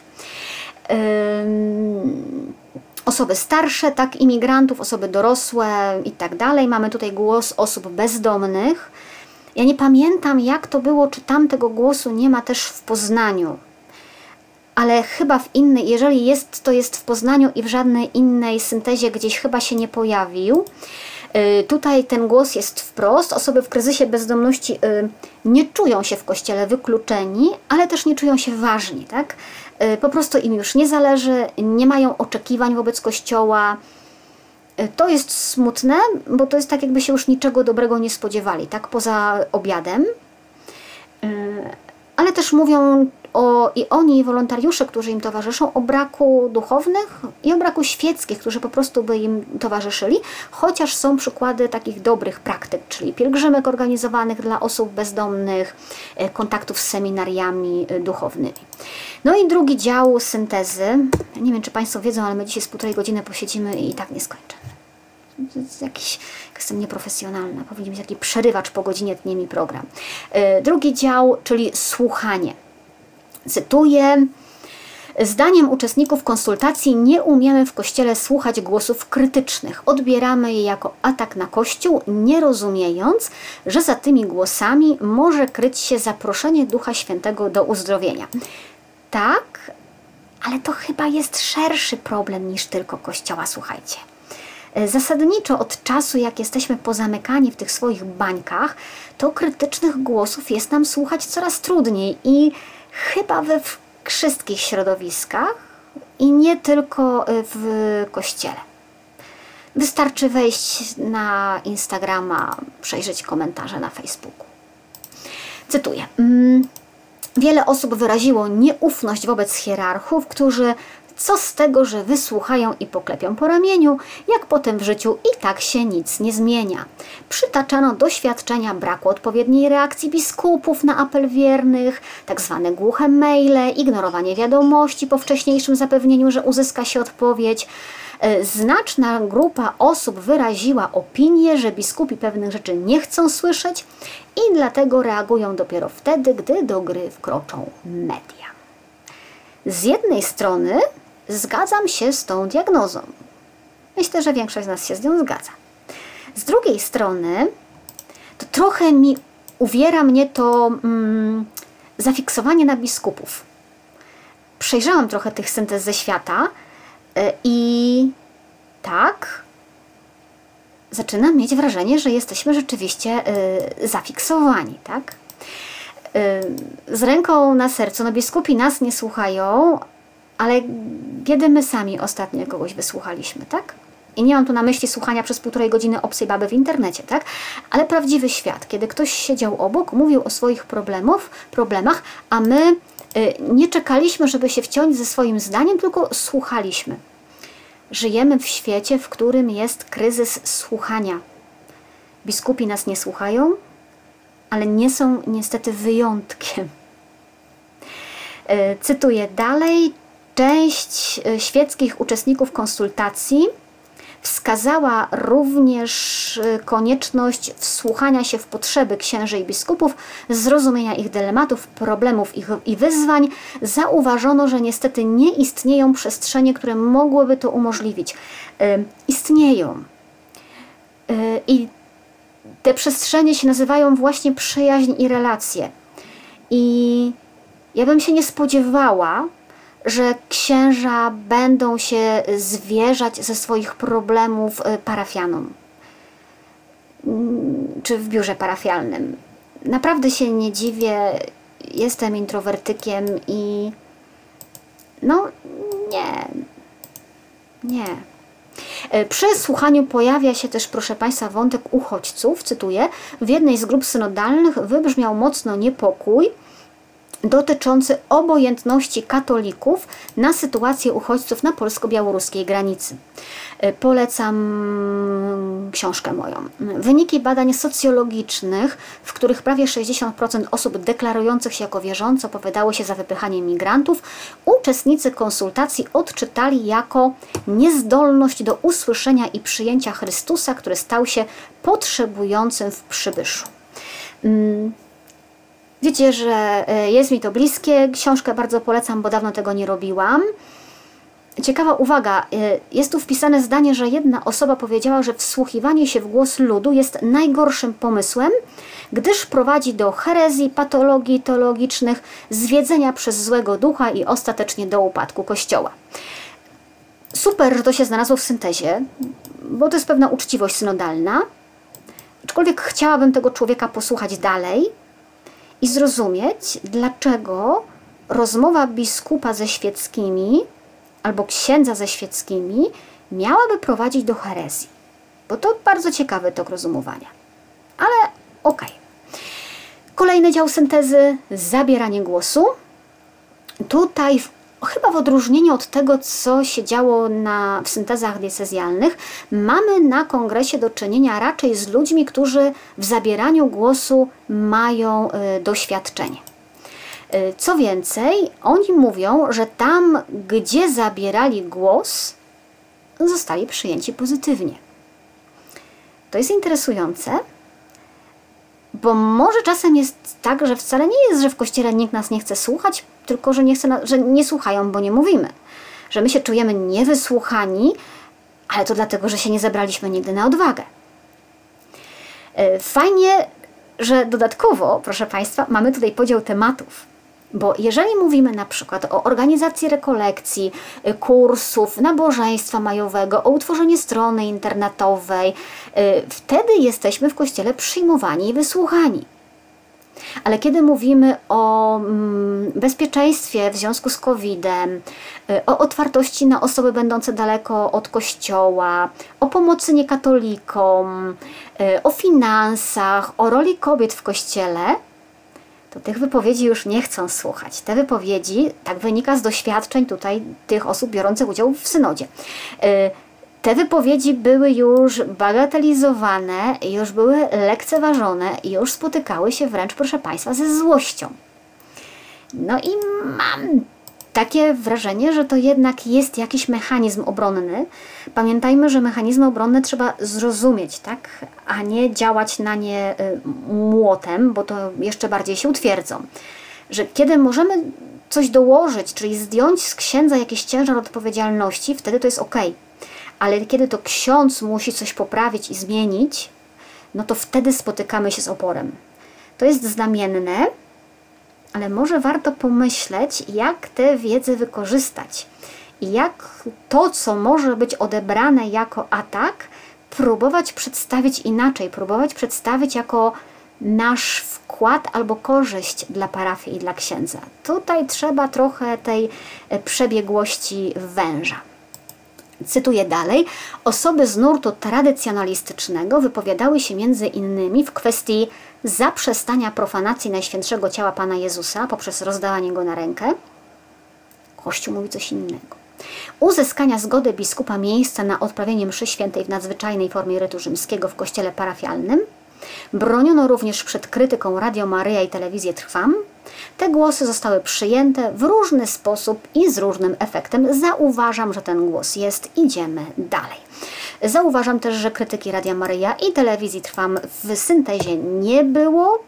Osoby starsze, tak, imigrantów, osoby dorosłe i tak dalej. Mamy tutaj głos osób bezdomnych. Ja nie pamiętam, jak to było, czy tam tego głosu nie ma też w Poznaniu. Ale chyba w innej, jeżeli jest, to jest w Poznaniu i w żadnej innej syntezie gdzieś chyba się nie pojawił. Tutaj ten głos jest wprost. Osoby w kryzysie bezdomności nie czują się w Kościele wykluczeni, ale też nie czują się ważni, tak? Po prostu im już nie zależy, nie mają oczekiwań wobec Kościoła. To jest smutne, bo to jest tak, jakby się już niczego dobrego nie spodziewali, tak? Poza obiadem. Ale też mówią i oni, i wolontariusze, którzy im towarzyszą, o braku duchownych i o braku świeckich, którzy po prostu by im towarzyszyli, chociaż są przykłady takich dobrych praktyk, czyli pielgrzymek organizowanych dla osób bezdomnych, kontaktów z seminariami duchownymi. No i drugi dział syntezy. Nie wiem, czy Państwo wiedzą, ale my dzisiaj z 1,5 godziny posiedzimy i tak nie skończymy. Jestem nieprofesjonalna, powinien być taki przerywacz po godzinie, tnie mi program. Drugi dział, czyli słuchanie. Cytuję: zdaniem uczestników konsultacji nie umiemy w Kościele słuchać głosów krytycznych. Odbieramy je jako atak na Kościół, nie rozumiejąc, że za tymi głosami może kryć się zaproszenie Ducha Świętego do uzdrowienia. Tak, ale to chyba jest szerszy problem niż tylko Kościoła, słuchajcie. Zasadniczo od czasu, jak jesteśmy pozamykani w tych swoich bańkach, to krytycznych głosów jest nam słuchać coraz trudniej i chyba we wszystkich środowiskach i nie tylko w Kościele. Wystarczy wejść na Instagrama, przejrzeć komentarze na Facebooku. Cytuję. Wiele osób wyraziło nieufność wobec hierarchów, którzy co z tego, że wysłuchają i poklepią po ramieniu, jak potem w życiu i tak się nic nie zmienia. Przytaczano doświadczenia braku odpowiedniej reakcji biskupów na apel wiernych, tak zwane głuche maile, ignorowanie wiadomości po wcześniejszym zapewnieniu, że uzyska się odpowiedź. Znaczna grupa osób wyraziła opinię, że biskupi pewnych rzeczy nie chcą słyszeć i dlatego reagują dopiero wtedy, gdy do gry wkroczą media. Z jednej strony zgadzam się z tą diagnozą. Myślę, że większość z nas się z nią zgadza. Z drugiej strony to trochę uwiera mnie to zafiksowanie na biskupów. Przejrzałam trochę tych syntez ze świata i tak zaczynam mieć wrażenie, że jesteśmy rzeczywiście zafiksowani, tak? Z ręką na sercu, no biskupi nas nie słuchają, ale kiedy my sami ostatnio kogoś wysłuchaliśmy, tak? I nie mam tu na myśli słuchania przez 1,5 godziny obcej baby w internecie, tak? Ale prawdziwy świat, kiedy ktoś siedział obok, mówił o swoich problemach, a my nie czekaliśmy, żeby się wciąć ze swoim zdaniem, tylko słuchaliśmy. Żyjemy w świecie, w którym jest kryzys słuchania. Biskupi nas nie słuchają, ale nie są niestety wyjątkiem. Cytuję dalej. Część świeckich uczestników konsultacji wskazała również konieczność wsłuchania się w potrzeby księży i biskupów, zrozumienia ich dylematów, problemów i wyzwań. Zauważono, że niestety nie istnieją przestrzenie, które mogłyby to umożliwić. Istnieją. I te przestrzenie się nazywają właśnie przyjaźń i relacje. I ja bym się nie spodziewała, że księża będą się zwierzać ze swoich problemów parafianom, czy w biurze parafialnym. Naprawdę się nie dziwię, jestem introwertykiem i no nie. Przy słuchaniu pojawia się też, proszę Państwa, wątek uchodźców, cytuję, w jednej z grup synodalnych wybrzmiał mocno niepokój dotyczący obojętności katolików na sytuację uchodźców na polsko-białoruskiej granicy. Polecam książkę moją. Wyniki badań socjologicznych, w których prawie 60% osób deklarujących się jako wierzące opowiadało się za wypychaniem migrantów, uczestnicy konsultacji odczytali jako niezdolność do usłyszenia i przyjęcia Chrystusa, który stał się potrzebującym w przybyszu. Wiecie, że jest mi to bliskie. Książkę bardzo polecam, bo dawno tego nie robiłam. Ciekawa uwaga, jest tu wpisane zdanie, że jedna osoba powiedziała, że wsłuchiwanie się w głos ludu jest najgorszym pomysłem, gdyż prowadzi do herezji, patologii teologicznych, zwiedzenia przez złego ducha i ostatecznie do upadku Kościoła. Super, że to się znalazło w syntezie, bo to jest pewna uczciwość synodalna. Aczkolwiek chciałabym tego człowieka posłuchać dalej i zrozumieć, dlaczego rozmowa biskupa ze świeckimi albo księdza ze świeckimi miałaby prowadzić do herezji. Bo to bardzo ciekawy tok rozumowania. Ale okej. Kolejny dział syntezy, zabieranie głosu. Tutaj chyba w odróżnieniu od tego, co się działo w syntezach diecezjalnych, mamy na kongresie do czynienia raczej z ludźmi, którzy w zabieraniu głosu mają doświadczenie. Co więcej, oni mówią, że tam, gdzie zabierali głos, zostali przyjęci pozytywnie. To jest interesujące, bo może czasem jest tak, że wcale nie jest, że w Kościele nikt nas nie chce słuchać, tylko że nie słuchają, bo nie mówimy. Że my się czujemy niewysłuchani, ale to dlatego, że się nie zebraliśmy nigdy na odwagę. Fajnie, że dodatkowo, proszę Państwa, mamy tutaj podział tematów. Bo jeżeli mówimy na przykład o organizacji rekolekcji, kursów, nabożeństwa majowego, o utworzeniu strony internetowej, wtedy jesteśmy w Kościele przyjmowani i wysłuchani. Ale kiedy mówimy o bezpieczeństwie w związku z COVID-em, o otwartości na osoby będące daleko od Kościoła, o pomocy niekatolikom, o finansach, o roli kobiet w Kościele, to tych wypowiedzi już nie chcą słuchać. Te wypowiedzi, tak wynika z doświadczeń tutaj tych osób biorących udział w synodzie. Te wypowiedzi były już bagatelizowane, już były lekceważone i już spotykały się wręcz, proszę Państwa, ze złością. No i mam takie wrażenie, że to jednak jest jakiś mechanizm obronny. Pamiętajmy, że mechanizmy obronne trzeba zrozumieć, tak? A nie działać na nie młotem, bo to jeszcze bardziej się utwierdzą. Że kiedy możemy coś dołożyć, czyli zdjąć z księdza jakiś ciężar odpowiedzialności, wtedy to jest ok. Ale kiedy to ksiądz musi coś poprawić i zmienić, no to wtedy spotykamy się z oporem. To jest znamienne, ale może warto pomyśleć, jak tę wiedzę wykorzystać i jak to, co może być odebrane jako atak, próbować przedstawić inaczej, próbować przedstawić jako nasz wkład albo korzyść dla parafii i dla księdza. Tutaj trzeba trochę tej przebiegłości węża. Cytuję dalej. Osoby z nurtu tradycjonalistycznego wypowiadały się między innymi w kwestii zaprzestania profanacji Najświętszego Ciała Pana Jezusa poprzez rozdawanie Go na rękę. Kościół mówi coś innego. Uzyskania zgody biskupa miejsca na odprawienie mszy świętej w nadzwyczajnej formie rytu rzymskiego w kościele parafialnym. Broniono również przed krytyką Radio Maryja i Telewizję Trwam. Te głosy zostały przyjęte w różny sposób i z różnym efektem. Zauważam, że ten głos jest. Idziemy dalej. Zauważam też, że krytyki Radia Maryja i Telewizji Trwam w syntezie nie było.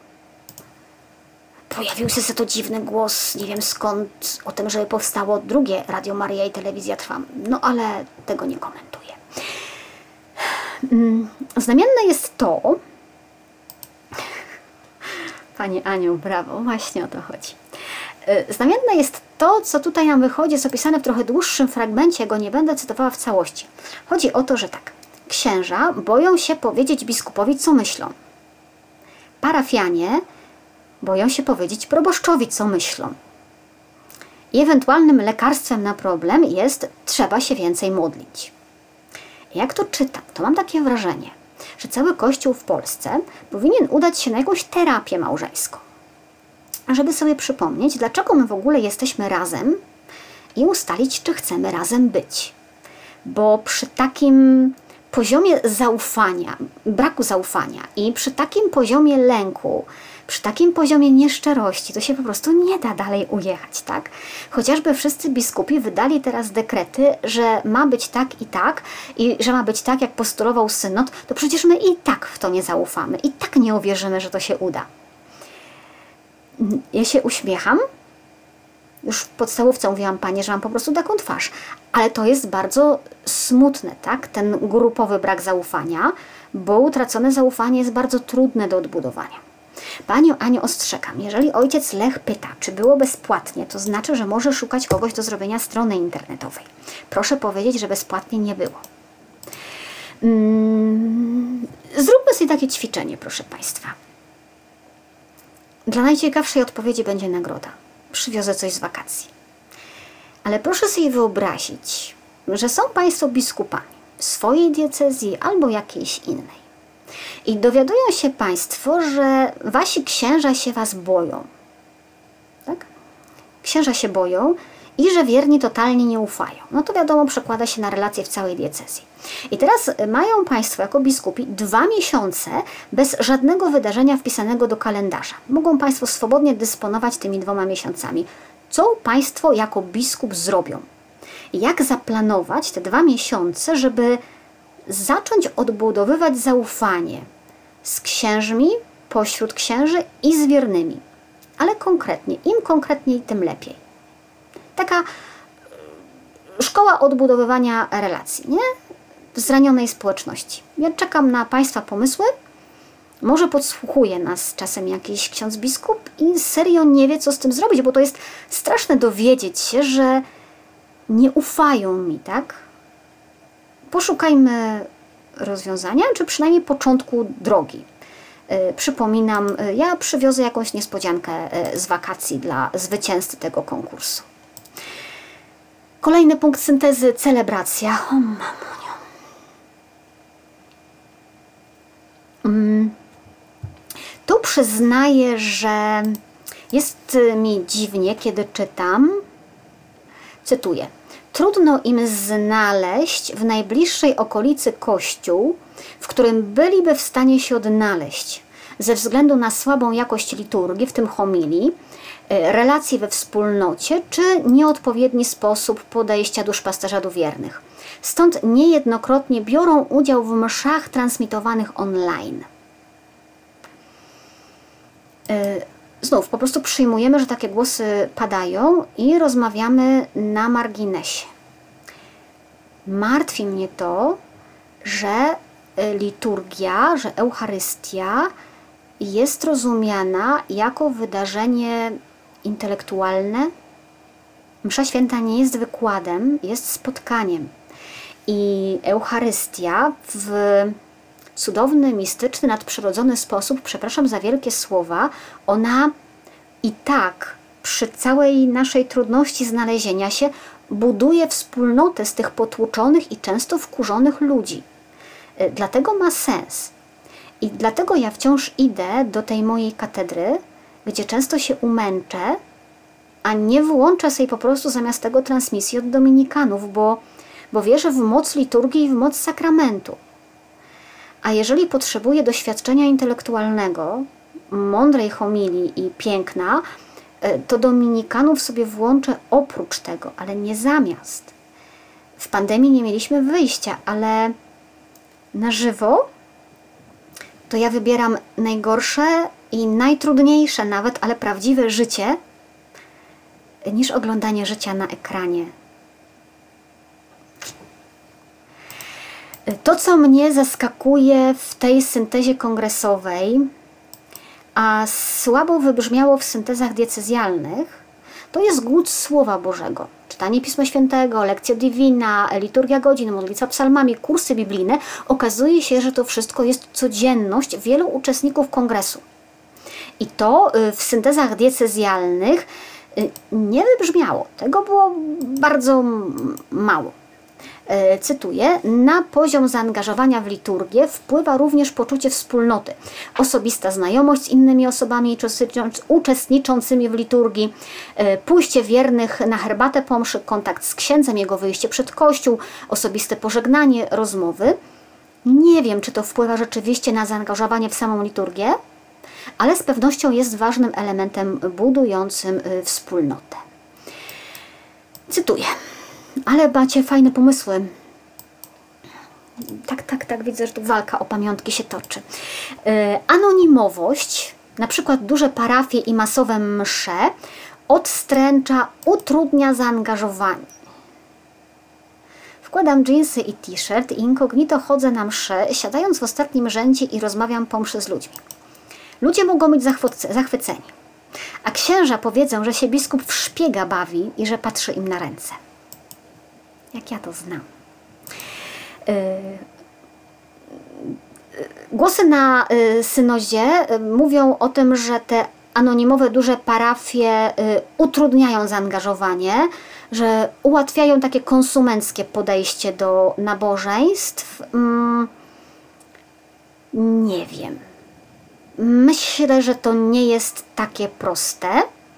Pojawił się to dziwny głos, nie wiem skąd, o tym, żeby powstało drugie Radio Maryja i Telewizja Trwam. No ale tego nie komentuję. Znamienne jest to, Pani Aniu, brawo, właśnie o to chodzi. Znamienne jest to, co tutaj nam wychodzi, jest opisane w trochę dłuższym fragmencie, go nie będę cytowała w całości. Chodzi o to, że tak, księża boją się powiedzieć biskupowi, co myślą. Parafianie boją się powiedzieć proboszczowi, co myślą. I ewentualnym lekarstwem na problem jest, trzeba się więcej modlić. Jak to czytam, to mam takie wrażenie, że cały Kościół w Polsce powinien udać się na jakąś terapię małżeńską. żeby sobie przypomnieć, dlaczego my w ogóle jesteśmy razem i ustalić, czy chcemy razem być. Bo przy takim poziomie zaufania, braku zaufania i przy takim poziomie lęku, przy takim poziomie nieszczerości, to się po prostu nie da dalej ujechać, tak? Chociażby wszyscy biskupi wydali teraz dekrety, że ma być tak i że ma być tak, jak postulował synod, to przecież my i tak w to nie zaufamy, i tak nie uwierzymy, że to się uda. Ja się uśmiecham. Już w podstawówce mówiłam Pani, że mam po prostu taką twarz. Ale to jest bardzo smutne, tak? Ten grupowy brak zaufania, bo utracone zaufanie jest bardzo trudne do odbudowania. Panią Aniu, ostrzegam, jeżeli ojciec Lech pyta, czy było bezpłatnie, to znaczy, że może szukać kogoś do zrobienia strony internetowej. Proszę powiedzieć, że bezpłatnie nie było. Zróbmy sobie takie ćwiczenie, proszę Państwa. Dla najciekawszej odpowiedzi będzie nagroda. Przywiozę coś z wakacji. Ale proszę sobie wyobrazić, że są Państwo biskupami w swojej diecezji albo jakiejś innej. I dowiadują się Państwo, że Wasi księża się Was boją. Tak? Księża się boją i że wierni totalnie nie ufają. No to wiadomo, przekłada się na relacje w całej diecezji. I teraz mają Państwo jako biskupi 2 miesiące bez żadnego wydarzenia wpisanego do kalendarza. Mogą Państwo swobodnie dysponować tymi 2 miesiącami. Co Państwo jako biskup zrobią? Jak zaplanować te 2 miesiące, żeby zacząć odbudowywać zaufanie z księżmi, pośród księży i z wiernymi? Ale konkretnie, im konkretniej, tym lepiej. Taka szkoła odbudowywania relacji, nie? W zranionej społeczności. Ja czekam na Państwa pomysły. Może podsłuchuje nas czasem jakiś ksiądz biskup i serio nie wie, co z tym zrobić, bo to jest straszne dowiedzieć się, że nie ufają mi, tak? Poszukajmy rozwiązania, czy przynajmniej początku drogi. Przypominam, ja przywiozę jakąś niespodziankę z wakacji dla zwycięzcy tego konkursu. Kolejny punkt syntezy, celebracja. O mamunio. Tu przyznaję, że jest mi dziwnie, kiedy czytam, cytuję, trudno im znaleźć w najbliższej okolicy kościół, w którym byliby w stanie się odnaleźć ze względu na słabą jakość liturgii, w tym homilii, relacji we wspólnocie, czy nieodpowiedni sposób podejścia duszpasterza do wiernych. Stąd niejednokrotnie biorą udział w mszach transmitowanych online. Znów po prostu przyjmujemy, że takie głosy padają i rozmawiamy na marginesie. Martwi mnie to, że liturgia, że Eucharystia jest rozumiana jako wydarzenie intelektualne. Msza święta nie jest wykładem, jest spotkaniem. I Eucharystia w cudowny, mistyczny, nadprzyrodzony sposób, przepraszam za wielkie słowa, ona i tak przy całej naszej trudności znalezienia się buduje wspólnotę z tych potłuczonych i często wkurzonych ludzi. Dlatego ma sens. I dlatego ja wciąż idę do tej mojej katedry, gdzie często się umęczę, a nie wyłączę sobie po prostu zamiast tego transmisji od dominikanów, bo wierzę w moc liturgii i w moc sakramentu. A jeżeli potrzebuję doświadczenia intelektualnego, mądrej homilii i piękna, to dominikanów sobie włączę oprócz tego, ale nie zamiast. W pandemii nie mieliśmy wyjścia, ale na żywo to ja wybieram najgorsze i najtrudniejsze nawet, ale prawdziwe życie, niż oglądanie życia na ekranie. To, co mnie zaskakuje w tej syntezie kongresowej, a słabo wybrzmiało w syntezach diecezjalnych, to jest głód Słowa Bożego. Czytanie Pisma Świętego, lekcja divina, liturgia godzin, modlitwa psalmami, kursy biblijne. Okazuje się, że to wszystko jest codzienność wielu uczestników kongresu. I to w syntezach diecezjalnych nie wybrzmiało. Tego było bardzo mało. Cytuję: na poziom zaangażowania w liturgię wpływa również poczucie wspólnoty, osobista znajomość z innymi osobami uczestniczącymi w liturgii, pójście wiernych na herbatę po mszy, kontakt z księdzem, jego wyjście przed kościół, osobiste pożegnanie, rozmowy. Nie wiem, czy to wpływa rzeczywiście na zaangażowanie w samą liturgię, ale z pewnością jest ważnym elementem budującym wspólnotę. Cytuję: ale macie fajne pomysły. Tak, widzę, że tu walka o pamiątki się toczy. Anonimowość, na przykład duże parafie i masowe msze, odstręcza, utrudnia zaangażowanie. Wkładam dżinsy i t-shirt i incognito chodzę na mszę, siadając w ostatnim rzędzie i rozmawiam po mszy z ludźmi. Ludzie mogą być zachwyceni, a księża powiedzą, że się biskup w szpiega bawi i że patrzy im na ręce. Jak ja to znam. Głosy na synodzie mówią o tym, że te anonimowe duże parafie utrudniają zaangażowanie, że ułatwiają takie konsumenckie podejście do nabożeństw. Nie wiem. Myślę, że to nie jest takie proste.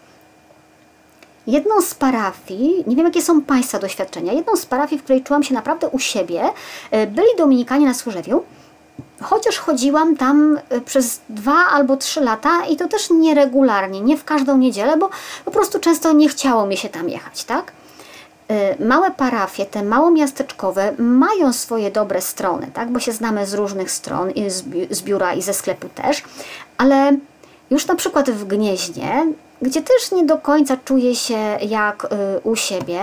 Jedną z parafii, nie wiem jakie są Państwa doświadczenia, jedną z parafii, w której czułam się naprawdę u siebie, byli Dominikanie na Służewiu, chociaż chodziłam tam przez 2 albo 3 lata i to też nieregularnie, nie w każdą niedzielę, bo po prostu często nie chciało mi się tam jechać, tak? Małe parafie, te małomiasteczkowe, mają swoje dobre strony, tak? Bo się znamy z różnych stron, i z biura i ze sklepu też, ale już na przykład w Gnieźnie, gdzie też nie do końca czuję się jak u siebie,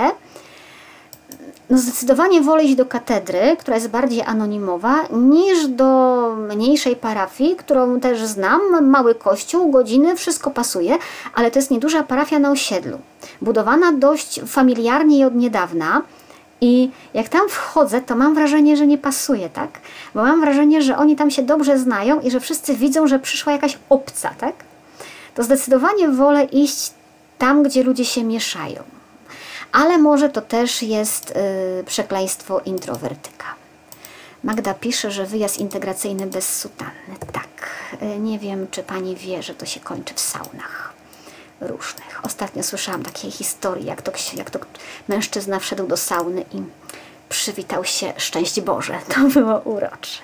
no zdecydowanie wolę iść do katedry, która jest bardziej anonimowa, niż do mniejszej parafii, którą też znam, mały kościół, godziny, wszystko pasuje, ale to jest nieduża parafia na osiedlu, budowana dość familiarnie i od niedawna. I jak tam wchodzę, to mam wrażenie, że nie pasuje, tak? Bo mam wrażenie, że oni tam się dobrze znają i że wszyscy widzą, że przyszła jakaś obca, tak? To zdecydowanie wolę iść tam, gdzie ludzie się mieszają. Ale może to też jest przekleństwo introwertyka. Magda pisze, że wyjazd integracyjny bez sutanny. Tak, nie wiem, czy Pani wie, że to się kończy w saunach różnych. Ostatnio słyszałam takiej historii, jak to mężczyzna wszedł do sauny i przywitał się szczęść Boże. To było urocze.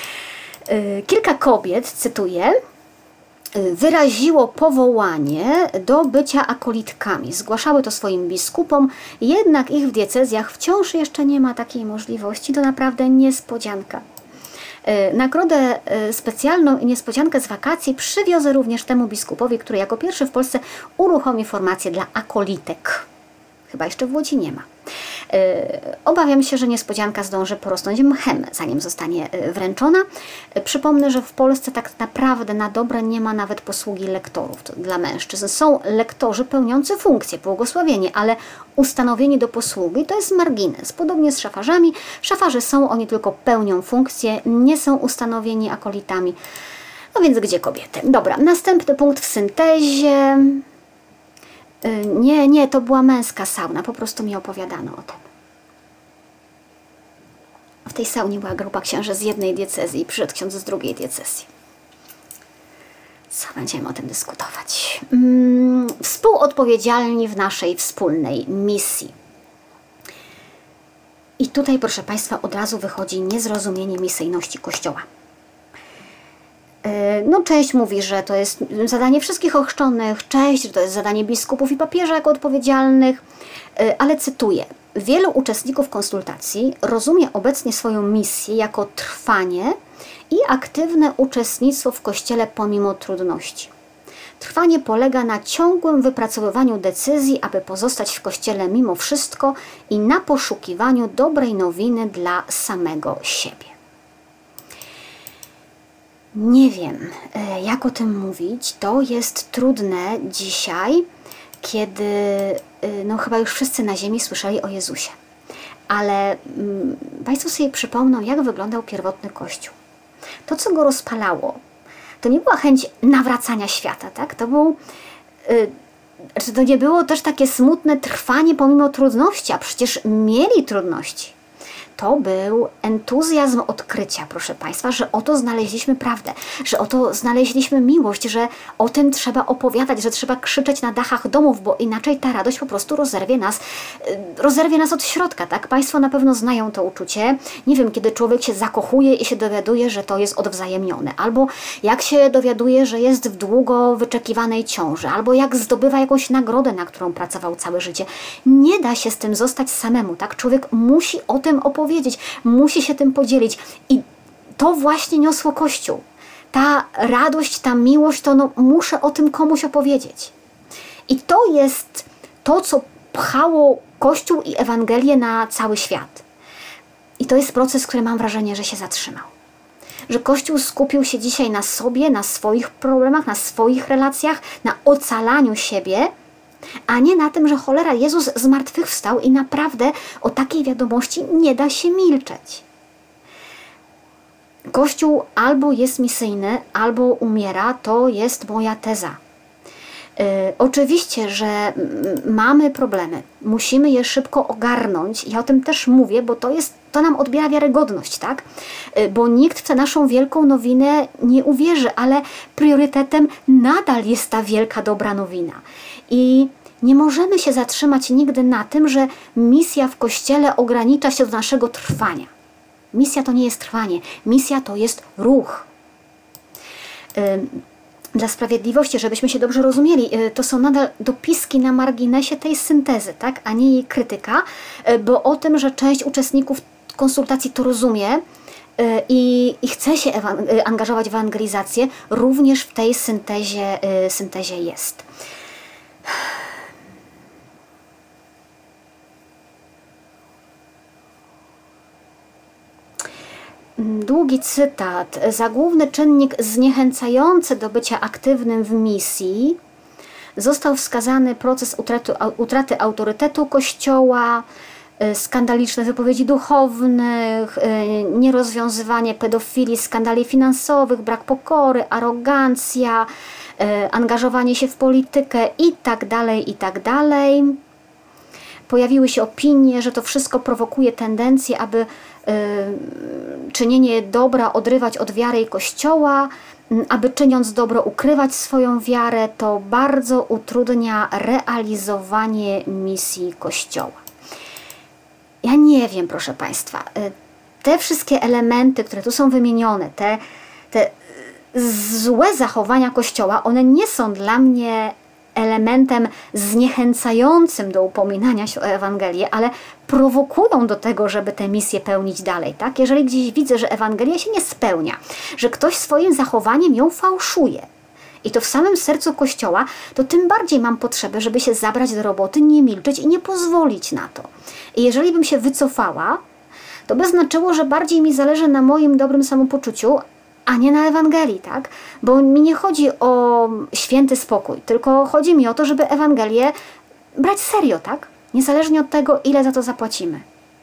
Kilka kobiet, cytuję, wyraziło powołanie do bycia akolitkami. Zgłaszały to swoim biskupom, jednak ich w diecezjach wciąż jeszcze nie ma takiej możliwości. To naprawdę niespodzianka. Nagrodę specjalną i niespodziankę z wakacji przywiozę również temu biskupowi, który jako pierwszy w Polsce uruchomi formację dla akolitek. Chyba jeszcze w Łodzi nie ma. Obawiam się, że niespodzianka zdąży porosnąć mchem, zanim zostanie wręczona. Przypomnę, że w Polsce tak naprawdę na dobre nie ma nawet posługi lektorów dla mężczyzn. Są lektorzy pełniący funkcję, błogosławieni, ale ustanowieni do posługi to jest margines. Podobnie z szafarzami. Szafarze są, oni tylko pełnią funkcję, nie są ustanowieni akolitami. No więc gdzie kobiety? Dobra, następny punkt w syntezie. Nie, to była męska sauna, po prostu mi opowiadano o tym. W tej saunie była grupa księży z jednej diecezji i przyszedł ksiądz z drugiej diecezji. Co będziemy o tym dyskutować? Współodpowiedzialni w naszej wspólnej misji. I tutaj, proszę Państwa, od razu wychodzi niezrozumienie misyjności Kościoła. No, część mówi, że to jest zadanie wszystkich ochrzczonych, część, że to jest zadanie biskupów i papieża jako odpowiedzialnych, ale cytuję: wielu uczestników konsultacji rozumie obecnie swoją misję jako trwanie i aktywne uczestnictwo w Kościele pomimo trudności. Trwanie polega na ciągłym wypracowywaniu decyzji, aby pozostać w Kościele mimo wszystko i na poszukiwaniu dobrej nowiny dla samego siebie. Nie wiem, jak o tym mówić. To jest trudne dzisiaj, kiedy no chyba już wszyscy na ziemi słyszeli o Jezusie. Ale Państwo sobie przypomną, jak wyglądał pierwotny Kościół. To, co go rozpalało, to nie była chęć nawracania świata, tak? To nie było też takie smutne trwanie pomimo trudności, a przecież mieli trudności. to był entuzjazm odkrycia, proszę Państwa, że oto znaleźliśmy prawdę, że oto znaleźliśmy miłość, że o tym trzeba opowiadać, że trzeba krzyczeć na dachach domów, bo inaczej ta radość po prostu rozerwie nas od środka, tak? Państwo na pewno znają to uczucie. Nie wiem, kiedy człowiek się zakochuje i się dowiaduje, że to jest odwzajemnione, albo jak się dowiaduje, że jest w długo wyczekiwanej ciąży, albo jak zdobywa jakąś nagrodę, na którą pracował całe życie. Nie da się z tym zostać samemu, tak? Człowiek musi o tym opowiedzieć, musi się tym podzielić. I to właśnie niosło Kościół. Ta radość, ta miłość, to muszę o tym komuś opowiedzieć. I to jest to, co pchało Kościół i Ewangelię na cały świat. I to jest proces, który mam wrażenie, że się zatrzymał. Że Kościół skupił się dzisiaj na sobie, na swoich problemach, na swoich relacjach, na ocalaniu siebie, a nie na tym, że cholera, Jezus zmartwychwstał i naprawdę o takiej wiadomości nie da się milczeć. Kościół albo jest misyjny, albo umiera, to jest moja teza. Oczywiście, że mamy problemy, musimy je szybko ogarnąć. Ja o tym też mówię, bo to nam odbiera wiarygodność, tak? Bo nikt w tę naszą wielką nowinę nie uwierzy, ale priorytetem nadal jest ta wielka, dobra nowina. I nie możemy się zatrzymać nigdy na tym, że misja w Kościele ogranicza się do naszego trwania. Misja to nie jest trwanie, misja to jest ruch. Dla sprawiedliwości, żebyśmy się dobrze rozumieli, to są nadal dopiski na marginesie tej syntezy, tak? A nie jej krytyka, bo o tym, że część uczestników konsultacji to rozumie i chce się angażować w ewangelizację, również w tej syntezie jest. Długi cytat. Za główny czynnik zniechęcający do bycia aktywnym w misji został wskazany proces utraty autorytetu Kościoła, skandaliczne wypowiedzi duchownych, nierozwiązywanie pedofilii, skandali finansowych, brak pokory, arogancja, angażowanie się w politykę itd., itd. Pojawiły się opinie, że to wszystko prowokuje tendencję, aby czynienie dobra odrywać od wiary i Kościoła, aby czyniąc dobro ukrywać swoją wiarę, to bardzo utrudnia realizowanie misji Kościoła. Ja nie wiem, proszę Państwa, te wszystkie elementy, które tu są wymienione, te złe zachowania Kościoła, one nie są dla mnie elementem zniechęcającym do upominania się o Ewangelię, ale prowokują do tego, żeby tę misję pełnić dalej, tak? Jeżeli gdzieś widzę, że Ewangelia się nie spełnia, że ktoś swoim zachowaniem ją fałszuje i to w samym sercu Kościoła, to tym bardziej mam potrzebę, żeby się zabrać do roboty, nie milczeć i nie pozwolić na to. I jeżeli bym się wycofała, to by znaczyło, że bardziej mi zależy na moim dobrym samopoczuciu, a nie na Ewangelii, tak? Bo mi nie chodzi o święty spokój, tylko chodzi mi o to, żeby Ewangelię brać serio, tak? Niezależnie od tego, ile za to zapłacimy.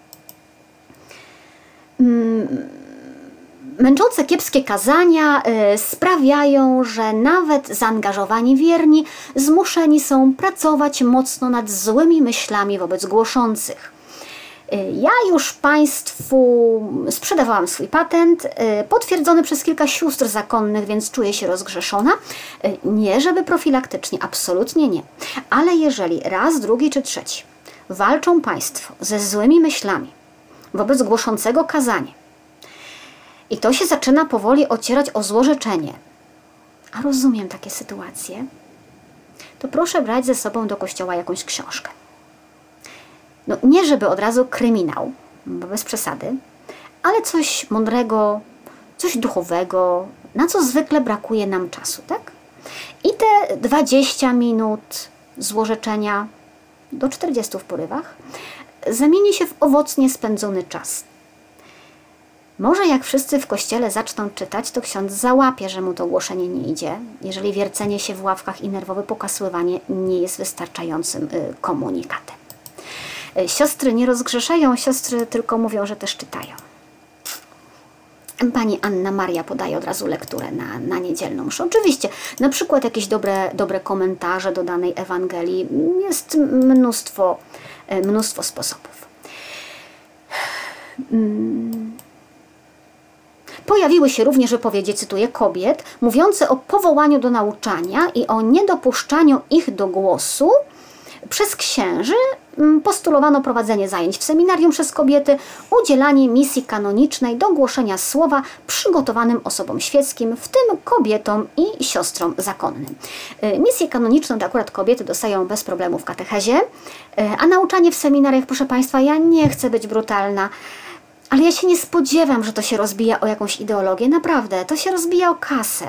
Męczące kiepskie kazania sprawiają, że nawet zaangażowani wierni zmuszeni są pracować mocno nad złymi myślami wobec głoszących. Ja już Państwu sprzedawałam swój patent, potwierdzony przez kilka sióstr zakonnych, więc czuję się rozgrzeszona. Nie żeby profilaktycznie, absolutnie nie. Ale jeżeli raz, drugi czy trzeci walczą Państwo ze złymi myślami wobec głoszącego kazanie i to się zaczyna powoli ocierać o złorzeczenie, a rozumiem takie sytuacje, to proszę brać ze sobą do kościoła jakąś książkę. No nie żeby od razu kryminał, bo bez przesady, ale coś mądrego, coś duchowego, na co zwykle brakuje nam czasu, tak? I te 20 minut złorzeczenia do 40 w porywach zamieni się w owocnie spędzony czas. Może jak wszyscy w kościele zaczną czytać, to ksiądz załapie, że mu to głoszenie nie idzie, jeżeli wiercenie się w ławkach i nerwowe pokasływanie nie jest wystarczającym komunikatem. Siostry nie rozgrzeszają, siostry tylko mówią, że też czytają. Pani Anna Maria podaje od razu lekturę na niedzielną mszę. Oczywiście, na przykład jakieś dobre komentarze do danej Ewangelii. Jest mnóstwo sposobów. Pojawiły się również wypowiedzi, cytuję, kobiet, mówiące o powołaniu do nauczania i o niedopuszczaniu ich do głosu przez księży. Postulowano prowadzenie zajęć w seminarium przez kobiety, udzielanie misji kanonicznej do głoszenia słowa przygotowanym osobom świeckim, w tym kobietom i siostrom zakonnym. Misję kanoniczną to akurat kobiety dostają bez problemu w katechezie, a nauczanie w seminariach, proszę Państwa, ja nie chcę być brutalna, ale ja się nie spodziewam, że to się rozbija o jakąś ideologię. Naprawdę, to się rozbija o kasę,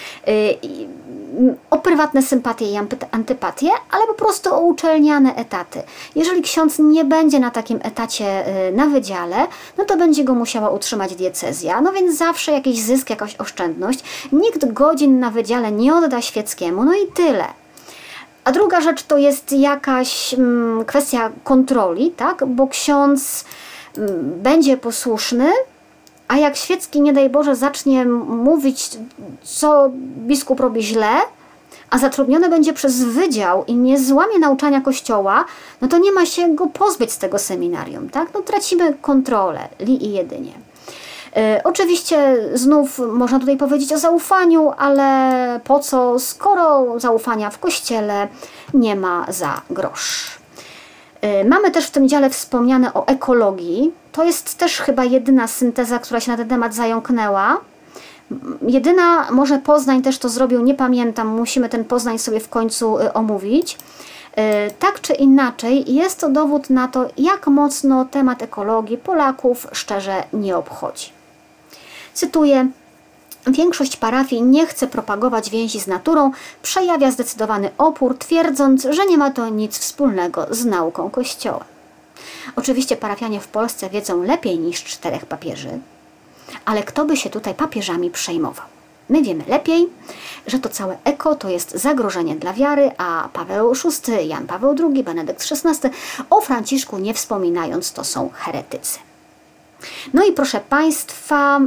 o prywatne sympatie i antypatie, ale po prostu o uczelniane etaty. Jeżeli ksiądz nie będzie na takim etacie na wydziale, no to będzie go musiała utrzymać diecezja. No więc zawsze jakiś zysk, jakaś oszczędność. Nikt godzin na wydziale nie odda świeckiemu, no i tyle. A druga rzecz to jest jakaś kwestia kontroli, tak? Bo ksiądz będzie posłuszny, a jak świecki, nie daj Boże, zacznie mówić, co biskup robi źle, a zatrudniony będzie przez wydział i nie złamie nauczania Kościoła, no to nie ma się go pozbyć z tego seminarium, tak? No tracimy kontrolę, li i jedynie. Oczywiście znów można tutaj powiedzieć o zaufaniu, ale po co, skoro zaufania w Kościele nie ma za grosz. Mamy też w tym dziale wspomniane o ekologii. To jest też chyba jedyna synteza, która się na ten temat zająknęła. Jedyna, może Poznań też to zrobił, nie pamiętam, musimy ten Poznań sobie w końcu omówić. Tak czy inaczej, jest to dowód na to, jak mocno temat ekologii Polaków szczerze nie obchodzi. Cytuję: większość parafii nie chce propagować więzi z naturą, przejawia zdecydowany opór, twierdząc, że nie ma to nic wspólnego z nauką Kościoła. Oczywiście parafianie w Polsce wiedzą lepiej niż 4 papieży, ale kto by się tutaj papieżami przejmował? My wiemy lepiej, że to całe eko to jest zagrożenie dla wiary, a Paweł VI, Jan Paweł II, Benedykt XVI, o Franciszku nie wspominając, to są heretycy. No i proszę Państwa,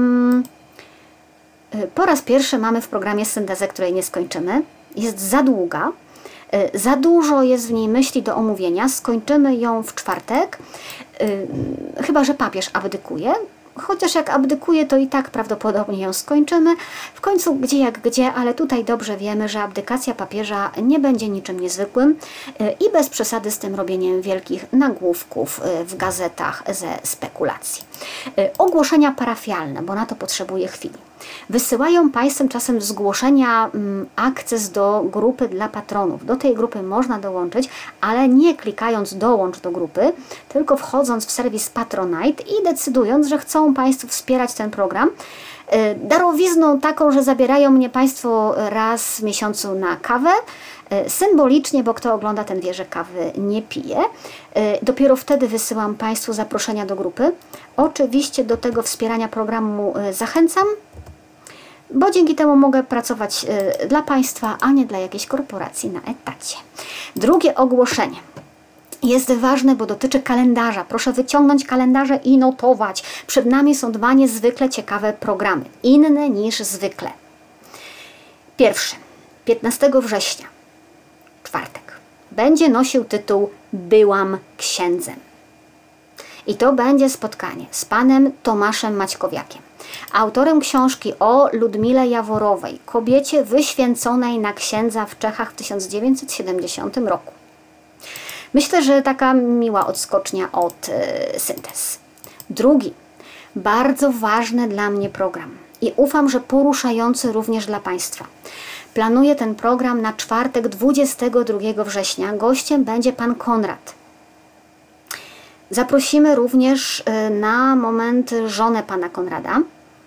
po raz pierwszy mamy w programie syntezę, której nie skończymy. Jest za długa, za dużo jest w niej myśli do omówienia. Skończymy ją w czwartek, chyba że papież abdykuje. Chociaż jak abdykuje, to i tak prawdopodobnie ją skończymy. W końcu gdzie jak gdzie, ale tutaj dobrze wiemy, że abdykacja papieża nie będzie niczym niezwykłym i bez przesady z tym robieniem wielkich nagłówków w gazetach ze spekulacji. Ogłoszenia parafialne, bo na to potrzebuje chwili. Wysyłają Państwo czasem zgłoszenia akces do grupy dla patronów. Do tej grupy można dołączyć, ale nie klikając dołącz do grupy, tylko wchodząc w serwis Patronite i decydując, że chcą Państwo wspierać ten program. Darowizną taką, że zabierają mnie Państwo raz w miesiącu na kawę, symbolicznie, bo kto ogląda, ten wie, że kawy nie pije. Dopiero wtedy wysyłam Państwu zaproszenia do grupy. Oczywiście do tego wspierania programu zachęcam, bo dzięki temu mogę pracować dla Państwa, a nie dla jakiejś korporacji na etacie. Drugie ogłoszenie jest ważne, bo dotyczy kalendarza. Proszę wyciągnąć kalendarze i notować. Przed nami są 2 niezwykle ciekawe programy, inne niż zwykle. Pierwszy, 15 września, czwartek, będzie nosił tytuł Byłam księdzem. I to będzie spotkanie z panem Tomaszem Maćkowiakiem, autorem książki o Ludmile Jaworowej, kobiecie wyświęconej na księdza w Czechach w 1970 roku. Myślę, że taka miła odskocznia od syntez. Drugi, bardzo ważny dla mnie program i ufam, że poruszający również dla Państwa. Planuję ten program na czwartek 22 września. Gościem będzie pan Konrad. Zaprosimy również na moment żonę pana Konrada.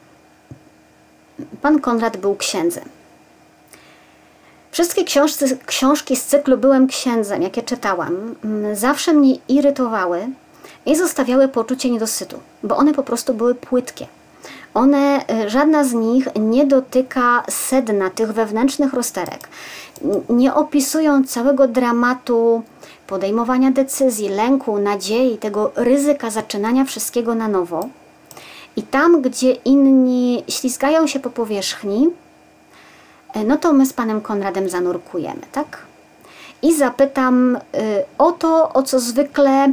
Pan Konrad był księdzem. Wszystkie książki z cyklu Byłem księdzem, jakie czytałam, zawsze mnie irytowały i zostawiały poczucie niedosytu, bo one po prostu były płytkie. Żadna z nich nie dotyka sedna tych wewnętrznych rozterek. Nie opisują całego dramatu podejmowania decyzji, lęku, nadziei, tego ryzyka zaczynania wszystkiego na nowo. I tam, gdzie inni ślizgają się po powierzchni, no to my z panem Konradem zanurkujemy, tak? I zapytam o to, o co zwykle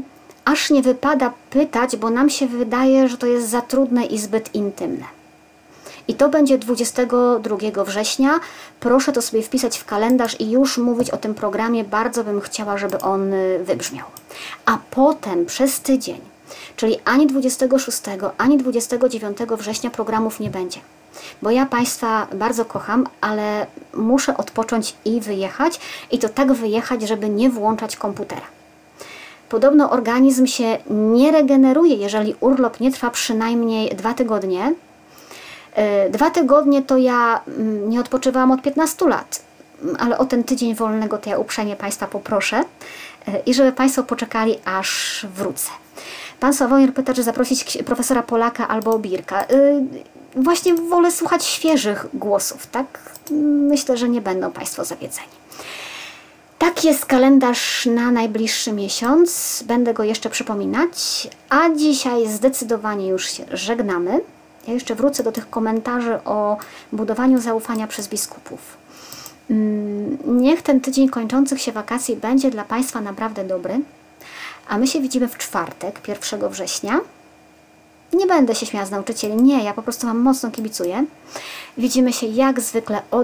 aż nie wypada pytać, bo nam się wydaje, że to jest za trudne i zbyt intymne. I to będzie 22 września. Proszę to sobie wpisać w kalendarz i już mówić o tym programie. Bardzo bym chciała, żeby on wybrzmiał. A potem przez tydzień, czyli ani 26, ani 29 września programów nie będzie. Bo ja Państwa bardzo kocham, ale muszę odpocząć i wyjechać. I to tak wyjechać, żeby nie włączać komputera. Podobno organizm się nie regeneruje, jeżeli urlop nie trwa przynajmniej 2 tygodnie. 2 tygodnie to ja nie odpoczywałam od 15 lat, ale o ten tydzień wolnego to ja uprzejmie Państwa poproszę i żeby Państwo poczekali, aż wrócę. Pan Sławomir pyta, czy zaprosić profesora Polaka albo Birka. Właśnie wolę słuchać świeżych głosów, tak? Myślę, że nie będą Państwo zawiedzeni. Tak jest kalendarz na najbliższy miesiąc. Będę go jeszcze przypominać, a dzisiaj zdecydowanie już się żegnamy. Ja jeszcze wrócę do tych komentarzy o budowaniu zaufania przez biskupów. Niech ten tydzień kończących się wakacji będzie dla Państwa naprawdę dobry, a my się widzimy w czwartek, 1 września. Nie będę się śmiała z nauczycieli, nie, ja po prostu Wam mocno kibicuję. Widzimy się jak zwykle o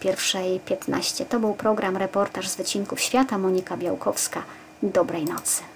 21:15. To był program Reportaż z Wycinków Świata. Monika Białkowska. Dobrej nocy.